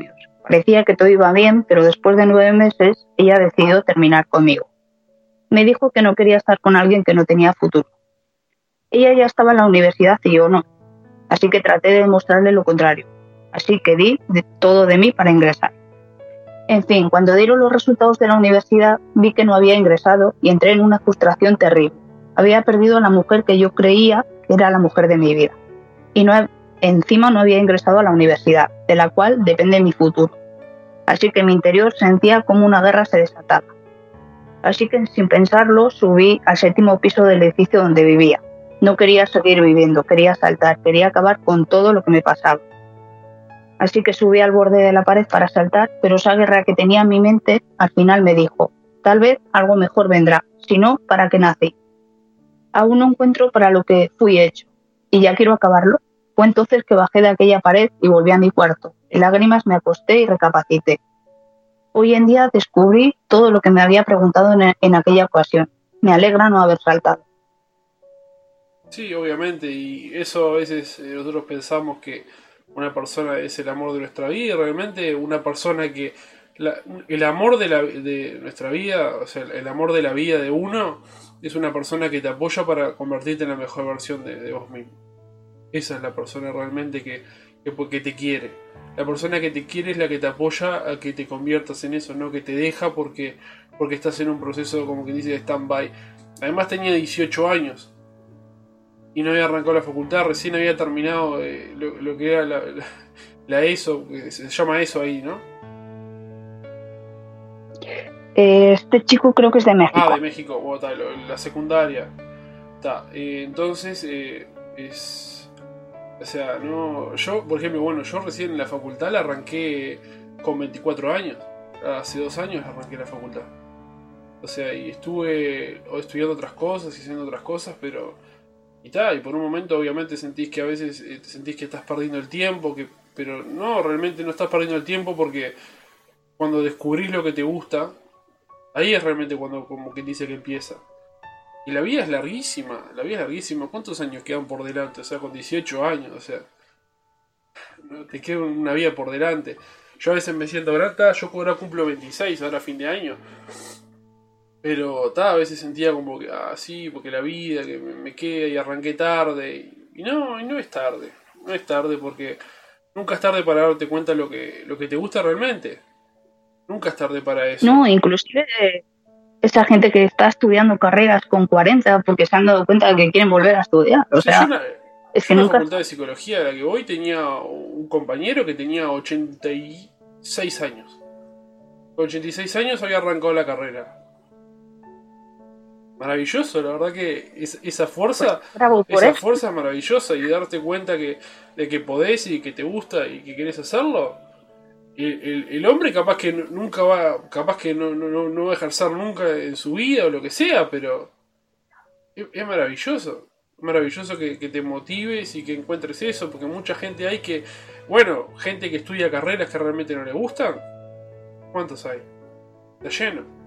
Parecía que todo iba bien, pero después de nueve meses ella decidió terminar conmigo. Me dijo que no quería estar con alguien que no tenía futuro. Ella ya estaba en la universidad y yo no, así que traté de demostrarle lo contrario. Así que di de todo de mí para ingresar. En fin, cuando dieron los resultados de la universidad, vi que no había ingresado y entré en una frustración terrible. Había perdido a la mujer que yo creía que era la mujer de mi vida. Y no, encima no había ingresado a la universidad, de la cual depende mi futuro. Así que mi interior sentía como una guerra se desataba. Así que sin pensarlo subí al séptimo piso del edificio donde vivía. No quería seguir viviendo, quería saltar, quería acabar con todo lo que me pasaba. Así que subí al borde de la pared para saltar, pero esa guerra que tenía en mi mente al final me dijo, tal vez algo mejor vendrá, si no, ¿para qué nací? Aún no encuentro para lo que fui hecho, y ya quiero acabarlo. Fue entonces que bajé de aquella pared y volví a mi cuarto. En lágrimas me acosté y recapacité. Hoy en día descubrí todo lo que me había preguntado en, en aquella ocasión. Me alegra no haber saltado. Sí, obviamente, y eso a veces eh, nosotros pensamos que una persona es el amor de nuestra vida, y realmente una persona que la- el amor de, la, de nuestra vida, o sea, el amor de la vida de uno, es una persona que te apoya para convertirte en la mejor versión de, de vos mismo. Esa es la persona realmente que, que, que te quiere. La persona que te quiere es la que te apoya a que te conviertas en eso, no que te deja porque, porque estás en un proceso, como que dice, de stand-by. Además tenía dieciocho años y no había arrancado la facultad, recién había terminado eh, lo, lo que era la, la, la ESO, que se llama ESO ahí, ¿no? Este chico creo que es de México. Ah, de México, o tal, la secundaria. Ta, eh, entonces, eh, es... O sea, no... Yo, por ejemplo, bueno, yo recién en la facultad la arranqué con veinticuatro años. Hace dos años arranqué la facultad. O sea, y estuve estudiando otras cosas y haciendo otras cosas, pero... Y tal, y por un momento obviamente sentís que a veces eh, sentís que estás perdiendo el tiempo, que pero no, realmente no estás perdiendo el tiempo porque cuando descubrís lo que te gusta, ahí es realmente cuando como que dice que empieza. Y la vida es larguísima, la vida es larguísima. ¿Cuántos años quedan por delante? O sea, con dieciocho años, o sea, no te queda una vida por delante. Yo a veces me siento grata, yo ahora cumplo veintiséis, ahora a fin de año. Pero ta, a veces sentía como que, ah, sí, porque la vida, que me, me queda y arranqué tarde. Y, y no, y no es tarde. No es tarde porque nunca es tarde para darte cuenta lo que, lo que te gusta realmente. Nunca es tarde para eso. No, inclusive eh, esa gente que está estudiando carreras con cuarenta porque se han dado cuenta de que quieren volver a estudiar. O Sí, sea, yo una, es yo que en la nunca... facultad de psicología a la que voy tenía un compañero que tenía ochenta y seis años. Con ochenta y seis años había arrancado la carrera. Maravilloso, la verdad que es, esa fuerza, Pues, bravo por esa eso. fuerza es maravillosa y darte cuenta que, de que podés y que te gusta y que querés hacerlo. El, el, el hombre capaz que nunca va, capaz que no, no, no va a ejercer nunca en su vida o lo que sea, pero es, es maravilloso. Es maravilloso que, que te motives y que encuentres eso, porque mucha gente hay que, bueno, gente que estudia carreras que realmente no le gustan. ¿Cuántos hay? Está lleno.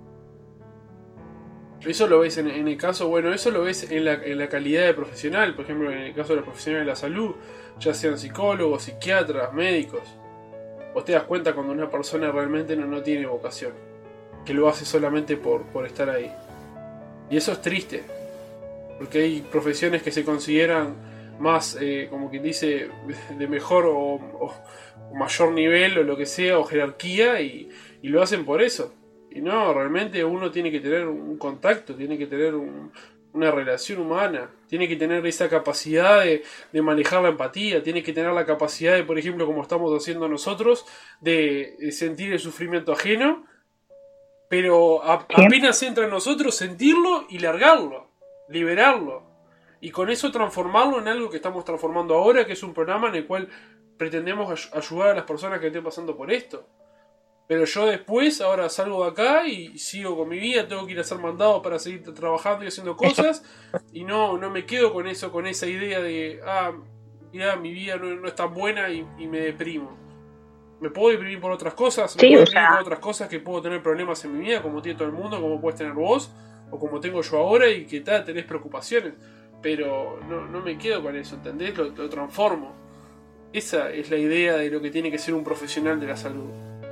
Eso lo ves en, en el caso, bueno, eso lo ves en la, en la calidad de profesional, por ejemplo, en el caso de los profesionales de la salud, ya sean psicólogos, psiquiatras, médicos. Vos te das cuenta cuando una persona realmente no, no tiene vocación, que lo hace solamente por, por estar ahí. Y eso es triste, porque hay profesiones que se consideran más, eh, como quien dice, de mejor o, o, o mayor nivel o lo que sea, o jerarquía, y, y lo hacen por eso. Y no, realmente uno tiene que tener un contacto, tiene que tener un, una relación humana, tiene que tener esa capacidad de, de manejar la empatía, tiene que tener la capacidad de, por ejemplo, como estamos haciendo nosotros, de, de sentir el sufrimiento ajeno, pero a, apenas entra en nosotros sentirlo y largarlo, liberarlo, y con eso transformarlo en algo que estamos transformando ahora, que es un programa en el cual pretendemos ay- ayudar a las personas que estén pasando por esto. Pero yo después, ahora salgo de acá y sigo con mi vida, tengo que ir a ser mandado para seguir trabajando y haciendo cosas, y no, no me quedo con eso, con esa idea de, ah, mira, mi vida no, no es tan buena y, y me deprimo. Me puedo deprimir por otras cosas, me Sí, puedo o deprimir sea, por otras cosas, que puedo tener problemas en mi vida, como tiene todo el mundo, como puedes tener vos, o como tengo yo ahora, y que tal, tenés preocupaciones. Pero no, no me quedo con eso, ¿entendés? Lo, lo transformo. Esa es la idea de lo que tiene que ser un profesional de la salud.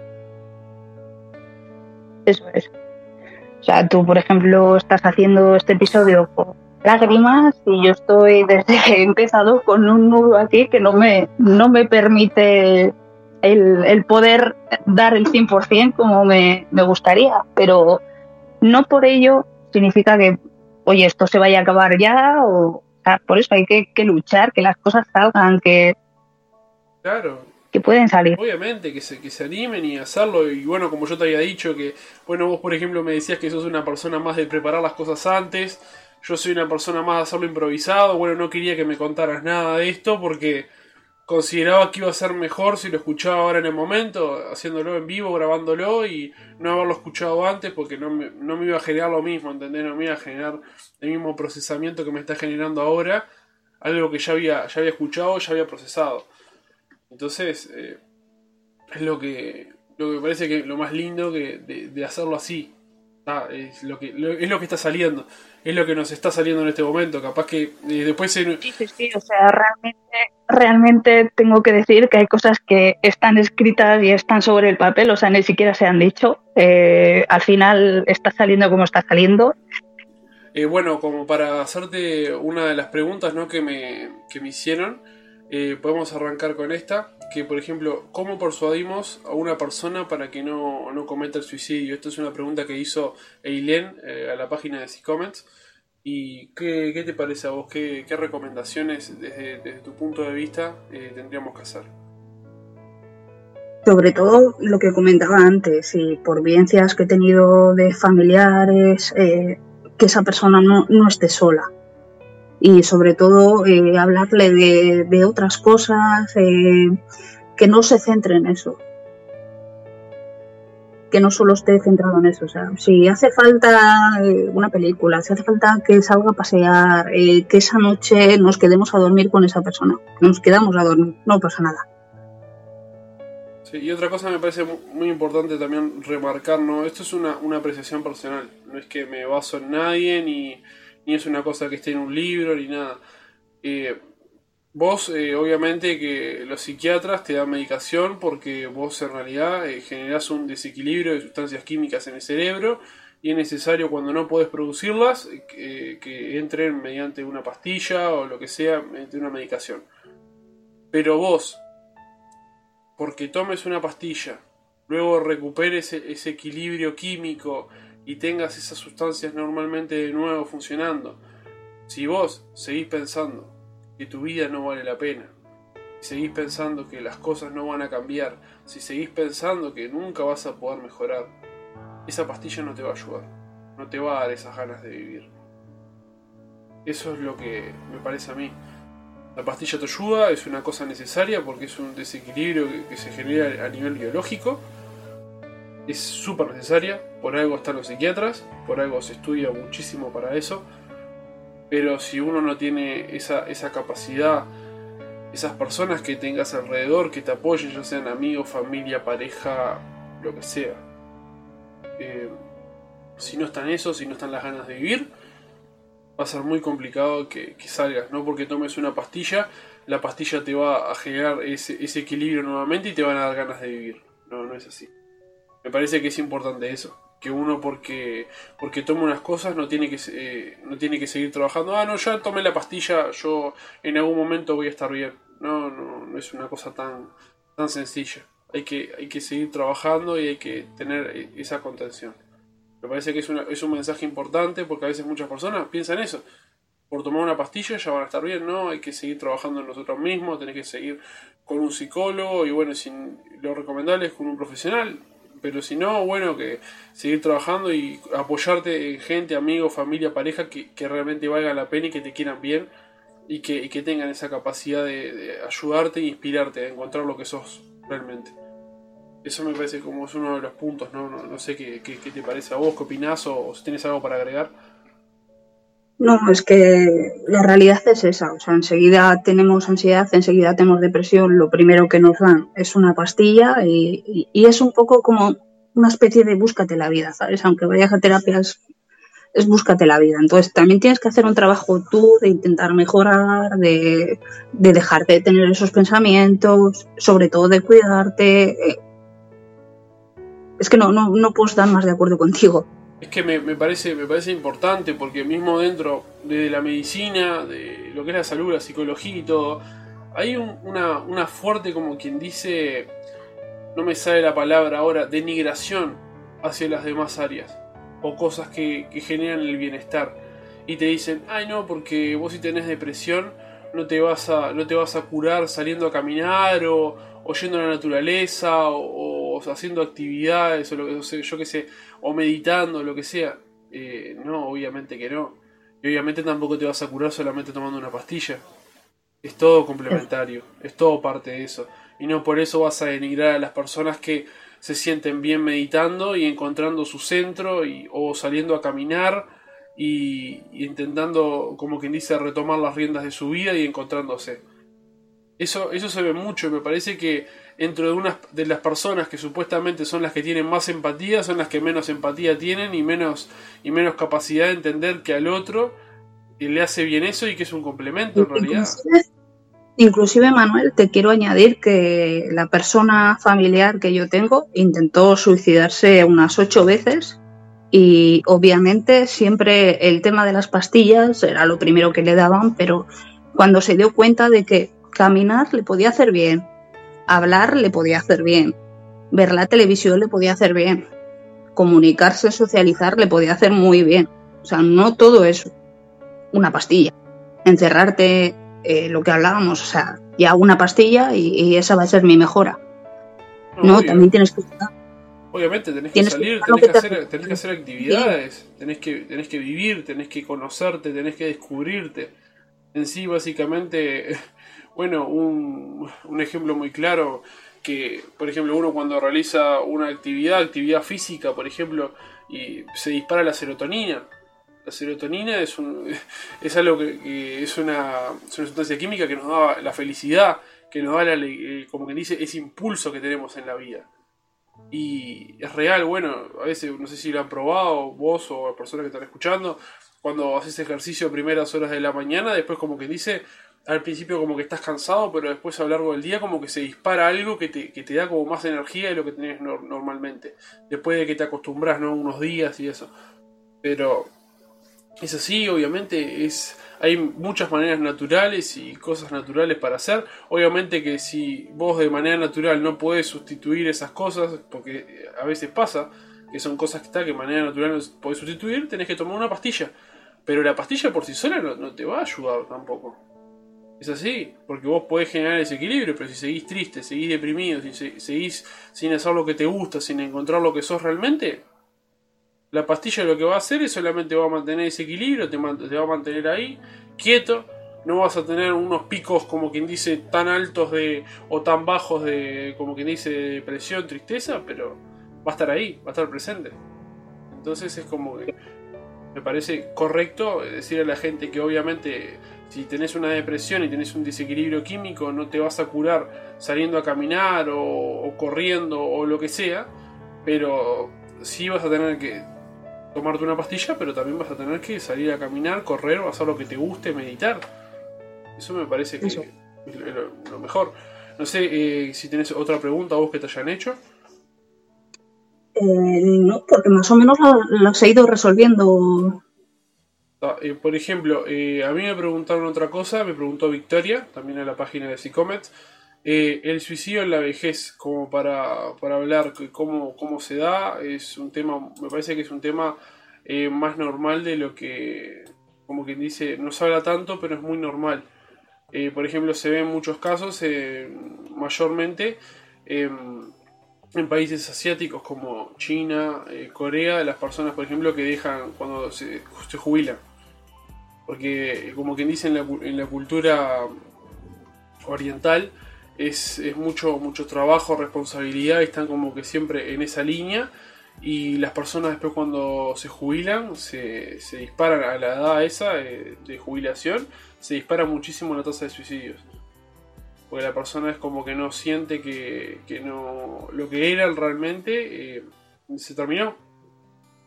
Eso es. O sea, tú, por ejemplo, estás haciendo este episodio con lágrimas y yo estoy desde que he empezado con un nudo aquí que no me, no me permite el, el poder dar el cien por ciento como me, me gustaría, pero no por ello significa que, oye, esto se vaya a acabar ya, o, o sea, por eso hay que, que luchar, que las cosas salgan, que, claro, que pueden salir. Obviamente, que se, que se animen y hacerlo. Y bueno, como yo te había dicho, que, bueno, vos por ejemplo me decías que sos una persona más de preparar las cosas antes. Yo soy una persona más de hacerlo improvisado. Bueno, no quería que me contaras nada de esto porque consideraba que iba a ser mejor si lo escuchaba ahora en el momento, haciéndolo en vivo, grabándolo y no haberlo escuchado antes porque no me, no me iba a generar lo mismo, ¿entendés? No me iba a generar el mismo procesamiento que me está generando ahora, algo que ya había, ya había escuchado, ya había procesado. Entonces, eh, es lo que, lo que me parece que lo más lindo que de, de hacerlo así. Ah, es, lo que, lo, es lo que está saliendo, es lo que nos está saliendo en este momento. Capaz que eh, después se... Sí, sí, sí, o sea, realmente, realmente tengo que decir que hay cosas que están escritas y están sobre el papel, o sea, ni siquiera se han dicho. Eh, al final está saliendo como está saliendo. Eh, bueno, como para hacerte una de las preguntas, ¿no?, que me, que me hicieron, eh, podemos arrancar con esta, que por ejemplo, ¿cómo persuadimos a una persona para que no, no cometa el suicidio? Esta es una pregunta que hizo Eileen eh, a la página de Psycomments. ¿Y qué, qué te parece a vos? ¿Qué, qué recomendaciones desde, desde tu punto de vista eh, tendríamos que hacer? Sobre todo lo que comentaba antes, y por vivencias que he tenido de familiares, eh, que esa persona no, no esté sola. Y sobre todo eh, hablarle de, de otras cosas, eh, que no se centre en eso. Que no solo esté centrado en eso. O sea, si hace falta eh, una película, si hace falta que salga a pasear, eh, que esa noche nos quedemos a dormir con esa persona. Nos quedamos a dormir, no pasa nada. Sí, y otra cosa me parece muy importante también remarcar, ¿no? Esto es una, una apreciación personal. No es que me baso en nadie, ni, ni es una cosa que esté en un libro, ni nada. Eh, vos, eh, obviamente que los psiquiatras te dan medicación porque vos en realidad eh, generás un desequilibrio de sustancias químicas en el cerebro y es necesario, cuando no podés producirlas, eh, que entren mediante una pastilla o lo que sea, mediante una medicación. Pero vos, porque tomes una pastilla, luego recuperes ese, ese equilibrio químico y tengas esas sustancias normalmente de nuevo funcionando, si vos seguís pensando que tu vida no vale la pena, si seguís pensando que las cosas no van a cambiar, si seguís pensando que nunca vas a poder mejorar, esa pastilla no te va a ayudar, no te va a dar esas ganas de vivir. Eso es lo que me parece a mí. La pastilla te ayuda, es una cosa necesaria porque es un desequilibrio que, que se genera a nivel biológico. Es súper necesaria, por algo están los psiquiatras, por algo se estudia muchísimo para eso. Pero si uno no tiene esa, esa capacidad, esas personas que tengas alrededor que te apoyen, ya sean amigos, familia, pareja, lo que sea, eh, si no están esos, si no están las ganas de vivir, va a ser muy complicado que, que salgas. No porque tomes una pastilla, la pastilla te va a generar ese, ese equilibrio nuevamente y te van a dar ganas de vivir. No, no es así. Me parece que es importante eso. Que uno porque porque toma unas cosas no tiene que eh, no tiene que seguir trabajando. Ah, no, ya tomé la pastilla, yo en algún momento voy a estar bien. No, no, no es una cosa tan, tan sencilla. Hay que, hay que seguir trabajando y hay que tener esa contención. Me parece que es, una, es un mensaje importante porque a veces muchas personas piensan eso. Por tomar una pastilla ya van a estar bien, ¿no? Hay que seguir trabajando en nosotros mismos, tenés que seguir con un psicólogo y bueno, sin, lo recomendable es con un profesional. Pero si no, bueno, que seguir trabajando y apoyarte en gente, amigos, familia, pareja que, que realmente valga la pena y que te quieran bien y que, y que tengan esa capacidad de, de ayudarte e inspirarte a encontrar lo que sos realmente. Eso me parece como es uno de los puntos, ¿no? No, no sé qué, qué, qué te parece a vos, qué opinás o, o si tienes algo para agregar. No, es que la realidad es esa. O sea, enseguida tenemos ansiedad, enseguida tenemos depresión. Lo primero que nos dan es una pastilla y, y, y es un poco como una especie de búscate la vida, ¿sabes? Aunque vayas a terapias es búscate la vida. Entonces también tienes que hacer un trabajo tú de intentar mejorar, de, de dejarte de tener esos pensamientos, sobre todo de cuidarte. Es que no, no, no puedo estar más de acuerdo contigo. Es que me, me, parece, me parece importante porque mismo dentro de la medicina, de lo que es la salud, la psicología y todo, hay un, una, una fuerte, como quien dice, no me sale la palabra ahora, denigración hacia las demás áreas o cosas que, que generan el bienestar. Y te dicen, ay no, porque vos si tenés depresión no te vas a, no te vas a curar saliendo a caminar o, o yendo a la naturaleza o, o haciendo actividades o lo que o sea, yo que sé, o meditando, lo que sea. Eh, no, obviamente que no. Y obviamente tampoco te vas a curar solamente tomando una pastilla. Es todo complementario, es todo parte de eso. Y no por eso vas a denigrar a las personas que se sienten bien meditando y encontrando su centro y, o saliendo a caminar y, y intentando, como quien dice, retomar las riendas de su vida y encontrándose. Eso, eso se ve mucho y me parece que dentro de unas de las personas que supuestamente son las que tienen más empatía, son las que menos empatía tienen y menos, y menos capacidad de entender que al otro le hace bien eso y que es un complemento en realidad. Inclusive, inclusive, Manuel, te quiero añadir que la persona familiar que yo tengo intentó suicidarse unas ocho veces y obviamente siempre el tema de las pastillas era lo primero que le daban, pero cuando se dio cuenta de que caminar le podía hacer bien, hablar le podía hacer bien, ver la televisión le podía hacer bien, comunicarse, socializar le podía hacer muy bien. O sea, no todo es una pastilla. Encerrarte, eh, lo que hablábamos, o sea, ya una pastilla y, y esa va a ser mi mejora. No, no también tienes que estar. Obviamente tenés que salir, que tenés, que, que hacer, tenés que hacer actividades, tenés que, tenés que vivir, tenés que conocerte, tenés que descubrirte. En sí, básicamente, bueno, un, un ejemplo muy claro, que por ejemplo uno cuando realiza una actividad, actividad física, por ejemplo, y se dispara la serotonina. La serotonina es, un, es algo que, que es, una, es una sustancia química que nos da la felicidad, que nos da, la, como que dice, ese impulso que tenemos en la vida. Y es real, bueno, a veces no sé si lo han probado vos o las personas que están escuchando, cuando haces ejercicio a primeras horas de la mañana, después como que dice, al principio como que estás cansado, pero después a lo largo del día como que se dispara algo que te, que te da como más energía de lo que tenés no, normalmente, después de que te acostumbras, ¿no? Unos días y eso. Pero es así, obviamente, es hay muchas maneras naturales y cosas naturales para hacer. Obviamente que si vos de manera natural no podés sustituir esas cosas, porque a veces pasa que son cosas que, está, que de manera natural no podés sustituir, tenés que tomar una pastilla. Pero la pastilla por sí sola no, no te va a ayudar tampoco. Es así, porque vos podés generar ese equilibrio, pero si seguís triste, seguís deprimido, si seguís sin hacer lo que te gusta, sin encontrar lo que sos realmente, la pastilla lo que va a hacer es solamente va a mantener ese equilibrio, te, te va a mantener ahí, quieto, no vas a tener unos picos como quien dice tan altos de o tan bajos de como quien dice de depresión, tristeza, pero va a estar ahí, va a estar presente. Entonces es como que me parece correcto decir a la gente que obviamente si tenés una depresión y tenés un desequilibrio químico no te vas a curar saliendo a caminar o, o corriendo o lo que sea, pero sí vas a tener que tomarte una pastilla, pero también vas a tener que salir a caminar, correr o hacer lo que te guste, meditar. Eso me parece que Eso. es lo, lo mejor. No sé eh, si tenés otra pregunta vos que te hayan hecho. Eh, no, porque más o menos las he ido resolviendo. Ah, eh, por ejemplo, eh, a mí me preguntaron otra cosa, me preguntó Victoria, también en la página de Psicomet, eh, el suicidio en la vejez, como para, para hablar cómo, cómo se da, es un tema, me parece que es un tema eh, más normal de lo que, como quien dice, no se habla tanto, pero es muy normal. Eh, por ejemplo, se ve en muchos casos, eh, mayormente, eh, en países asiáticos como China, eh, Corea, las personas, por ejemplo, que dejan cuando se, se jubilan. Porque, como quien dice, en la, en la cultura oriental es, es mucho, mucho trabajo, responsabilidad, están como que siempre en esa línea. Y las personas después cuando se jubilan, se, se disparan a la edad esa de, de jubilación, se dispara muchísimo la tasa de suicidios. Porque la persona es como que no siente que, que no lo que era realmente eh, se terminó.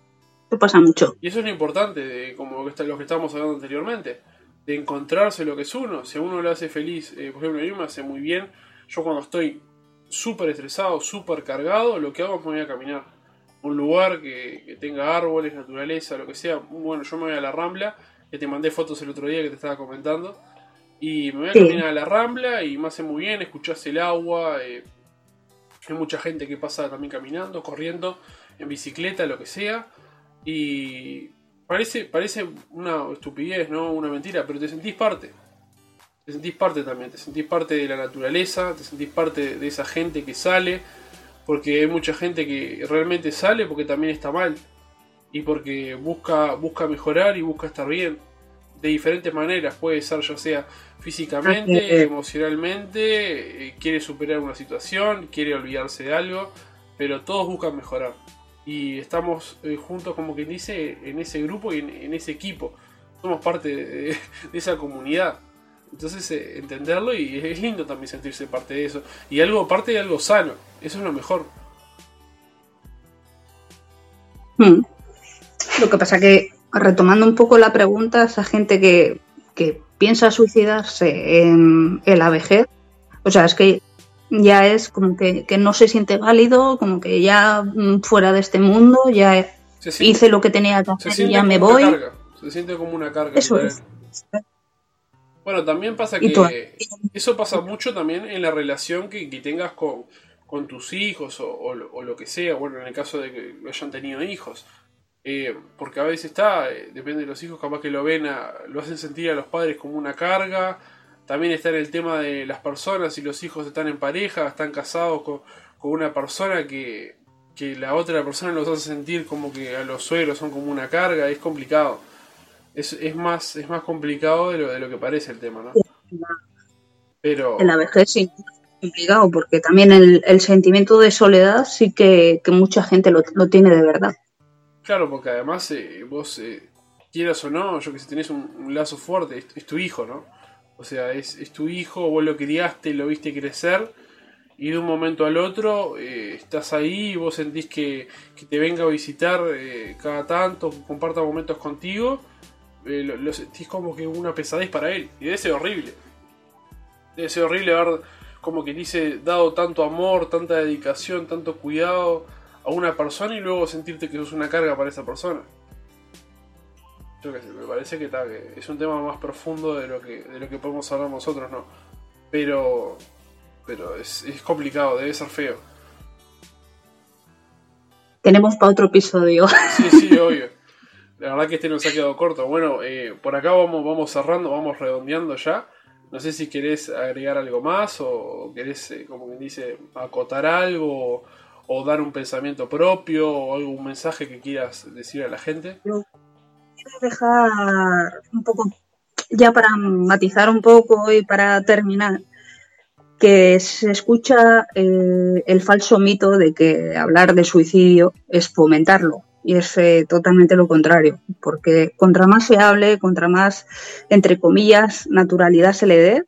Eso pasa mucho. Y eso es lo importante, de, como lo que, está, lo que estábamos hablando anteriormente, de encontrarse lo que es uno. Si a uno lo hace feliz, eh, por ejemplo, a mí me hace muy bien. Yo cuando estoy súper estresado, súper cargado, lo que hago es me voy a caminar. Un lugar que, que tenga árboles, naturaleza, lo que sea. Bueno, yo me voy a la Rambla, que te mandé fotos el otro día que te estaba comentando. Y me voy a Sí. caminar a la Rambla y me hace muy bien, escuchás el agua. Eh, hay mucha gente que pasa también caminando, corriendo, en bicicleta, lo que sea. Y parece, parece una estupidez, ¿no? Una mentira, pero te sentís parte. Te sentís parte también, te sentís parte de la naturaleza, te sentís parte de esa gente que sale, porque hay mucha gente que realmente sale porque también está mal y porque busca, busca mejorar y busca estar bien de diferentes maneras, puede ser ya sea físicamente, Eh, emocionalmente, eh, quiere superar una situación, quiere olvidarse de algo, pero todos buscan mejorar y estamos eh, juntos, como quien dice, en ese grupo y en, en ese equipo, somos parte de, de esa comunidad. Entonces eh, entenderlo, y es lindo también sentirse parte de eso. Y algo parte de algo sano. Eso es lo mejor. hmm. Lo que pasa que, retomando un poco la pregunta, esa gente que, que piensa suicidarse en, en la vejez, o sea, es que ya es como que, que no se siente válido, como que ya mm, fuera de este mundo, ya Se siente, hice lo que tenía que se hacer y siente ya me como una voy. carga. Se siente como una carga, Eso literal. es. Bueno, también pasa Y tú, que eso pasa mucho también en la relación que, que tengas con, con tus hijos o, o lo- o lo que sea. Bueno, en el caso de que hayan tenido hijos. Eh, porque a veces está, eh, depende de los hijos, capaz que lo ven, a- lo hacen sentir a los padres como una carga. También está en el tema de las personas, si los hijos están en pareja, están casados con, con una persona que, que la otra persona los hace sentir como que a los suegros son como una carga, es complicado. Es, es más, es más complicado de lo, de lo que parece el tema, ¿no? en la Pero, vejez sí es complicado, porque también el, el sentimiento de soledad sí que, que mucha gente lo, lo tiene de verdad. claro, porque además eh, vos, eh, quieras o no, yo que sé, tenés un, un lazo fuerte, es, es tu hijo, ¿no? O sea, es, es tu hijo, vos lo criaste, lo viste crecer, y de un momento al otro eh, estás ahí y vos sentís que, que te venga a visitar eh, cada tanto, que comparta momentos contigo, eh, lo, lo sentís como que una pesadez para él, y debe ser horrible. Debe ser horrible haber, como que dice, dado tanto amor, tanta dedicación, tanto cuidado a una persona y luego sentirte que sos una carga para esa persona. Yo qué sé, me parece que, ta, que es un tema más profundo de lo que, de lo que podemos hablar nosotros, ¿no? Pero, pero es, es complicado, debe ser feo. Tenemos para otro episodio. Sí, sí, obvio. La verdad que este nos ha quedado corto. Bueno, eh, por acá vamos, vamos cerrando, vamos redondeando ya. No sé si querés agregar algo más o querés, eh, como quien dice, acotar algo o, o dar un pensamiento propio o algún mensaje que quieras decir a la gente. Yo quiero dejar un poco, ya para matizar un poco y para terminar, que se escucha eh, el falso mito de que hablar de suicidio es fomentarlo. Y es eh, totalmente lo contrario, porque contra más se hable, contra más, entre comillas, naturalidad se le dé,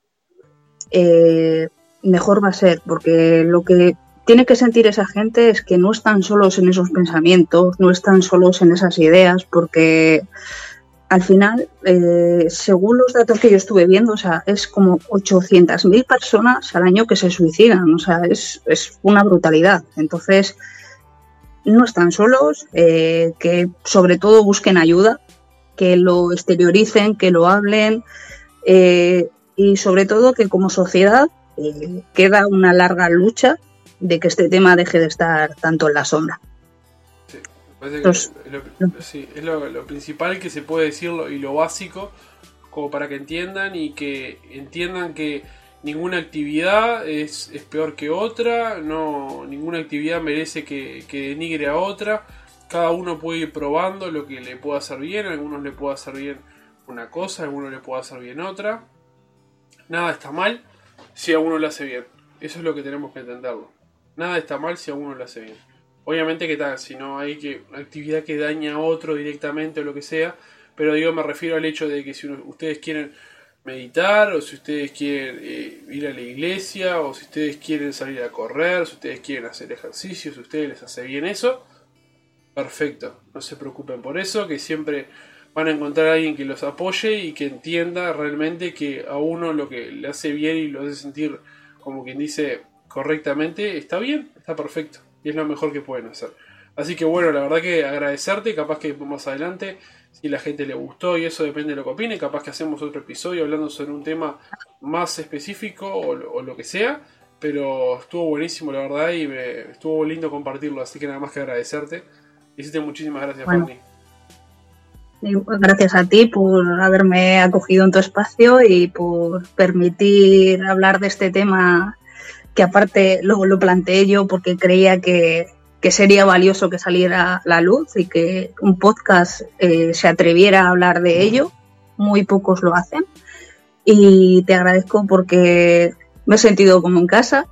eh, mejor va a ser, porque lo que tiene que sentir esa gente es que no están solos en esos pensamientos, no están solos en esas ideas, porque al final, eh, según los datos que yo estuve viendo, o sea, es como ochocientas mil personas al año que se suicidan, o sea, es, es una brutalidad. Entonces, no están solos, eh, que sobre todo busquen ayuda, que lo exterioricen, que lo hablen, eh, y sobre todo que como sociedad eh, queda una larga lucha de que este tema deje de estar tanto en la sombra. Sí, me parece que Entonces, es lo, sí, es lo, lo principal que se puede decir lo- y lo básico, como para que entiendan y que entiendan que ninguna actividad es, es peor que otra, no, ninguna actividad merece que, que denigre a otra. Cada uno puede ir probando lo que le pueda hacer bien, a algunos le puede hacer bien una cosa, a algunos le puede hacer bien otra. Nada está mal si a uno lo hace bien. Eso es lo que tenemos que entenderlo. Nada está mal si a uno lo hace bien. Obviamente que tal, si no hay que actividad que daña a otro directamente o lo que sea, pero digo, me refiero al hecho de que si uno, ustedes quieren meditar, o si ustedes quieren eh, ir a la iglesia, o si ustedes quieren salir a correr, si ustedes quieren hacer ejercicio, si a ustedes les hace bien eso, Perfecto, no se preocupen por eso, que siempre van a encontrar a alguien que los apoye y que entienda realmente que a uno lo que le hace bien y lo hace sentir, como quien dice, correctamente, está bien, está perfecto y es lo mejor que pueden hacer. Así que bueno, la verdad que agradecerte, capaz que más adelante, si la gente le gustó y eso depende de lo que opine, capaz que hacemos otro episodio hablando sobre un tema más específico o, o lo que sea, pero estuvo buenísimo la verdad y me, estuvo lindo compartirlo, así que nada más que agradecerte. Hiciste muchísimas gracias, Bueno. Fanny. Gracias a ti por haberme acogido en tu espacio y por permitir hablar de este tema que aparte lo, lo planteé yo porque creía que, que sería valioso que saliera a la luz y que un podcast eh, se atreviera a hablar de ello. Muy pocos lo hacen y te agradezco porque me he sentido como en casa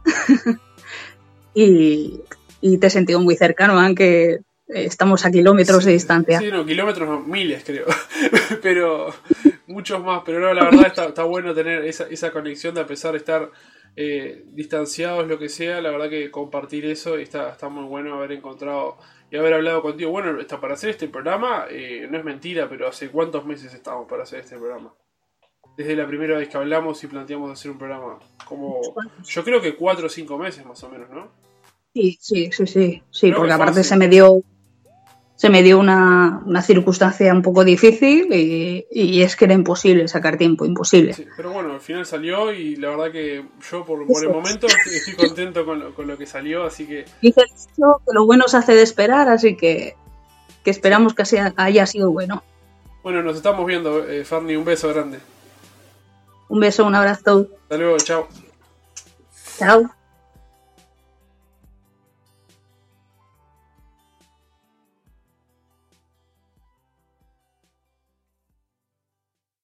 y, y te he sentido muy cercano, aunque estamos a kilómetros sí, de distancia. Sí, no, kilómetros no, miles creo, pero muchos más, pero no, la verdad está, está bueno tener esa, esa conexión de a pesar de estar eh, distanciados, lo que sea, la verdad que compartir eso está, está muy bueno haber encontrado y haber hablado contigo. Bueno, está, para hacer este programa, eh, no es mentira, pero hace cuántos meses estamos para hacer este programa. Desde la primera vez que hablamos y planteamos hacer un programa, como yo creo que cuatro o cinco meses más o menos, ¿no? Sí, sí, sí, sí, sí, Creo porque que aparte fácil. se me dio se me dio una, una circunstancia un poco difícil y, y es que era imposible sacar tiempo, imposible. Sí, pero bueno, al final salió y la verdad que yo por, por el momento estoy, estoy contento con lo, con lo que salió, así que... Dice el dicho que lo bueno se hace de esperar, así que, que esperamos que sea, haya sido bueno. Bueno, nos estamos viendo, eh, Farni, un beso grande. Un beso, un abrazo. Hasta luego, chao. Chao.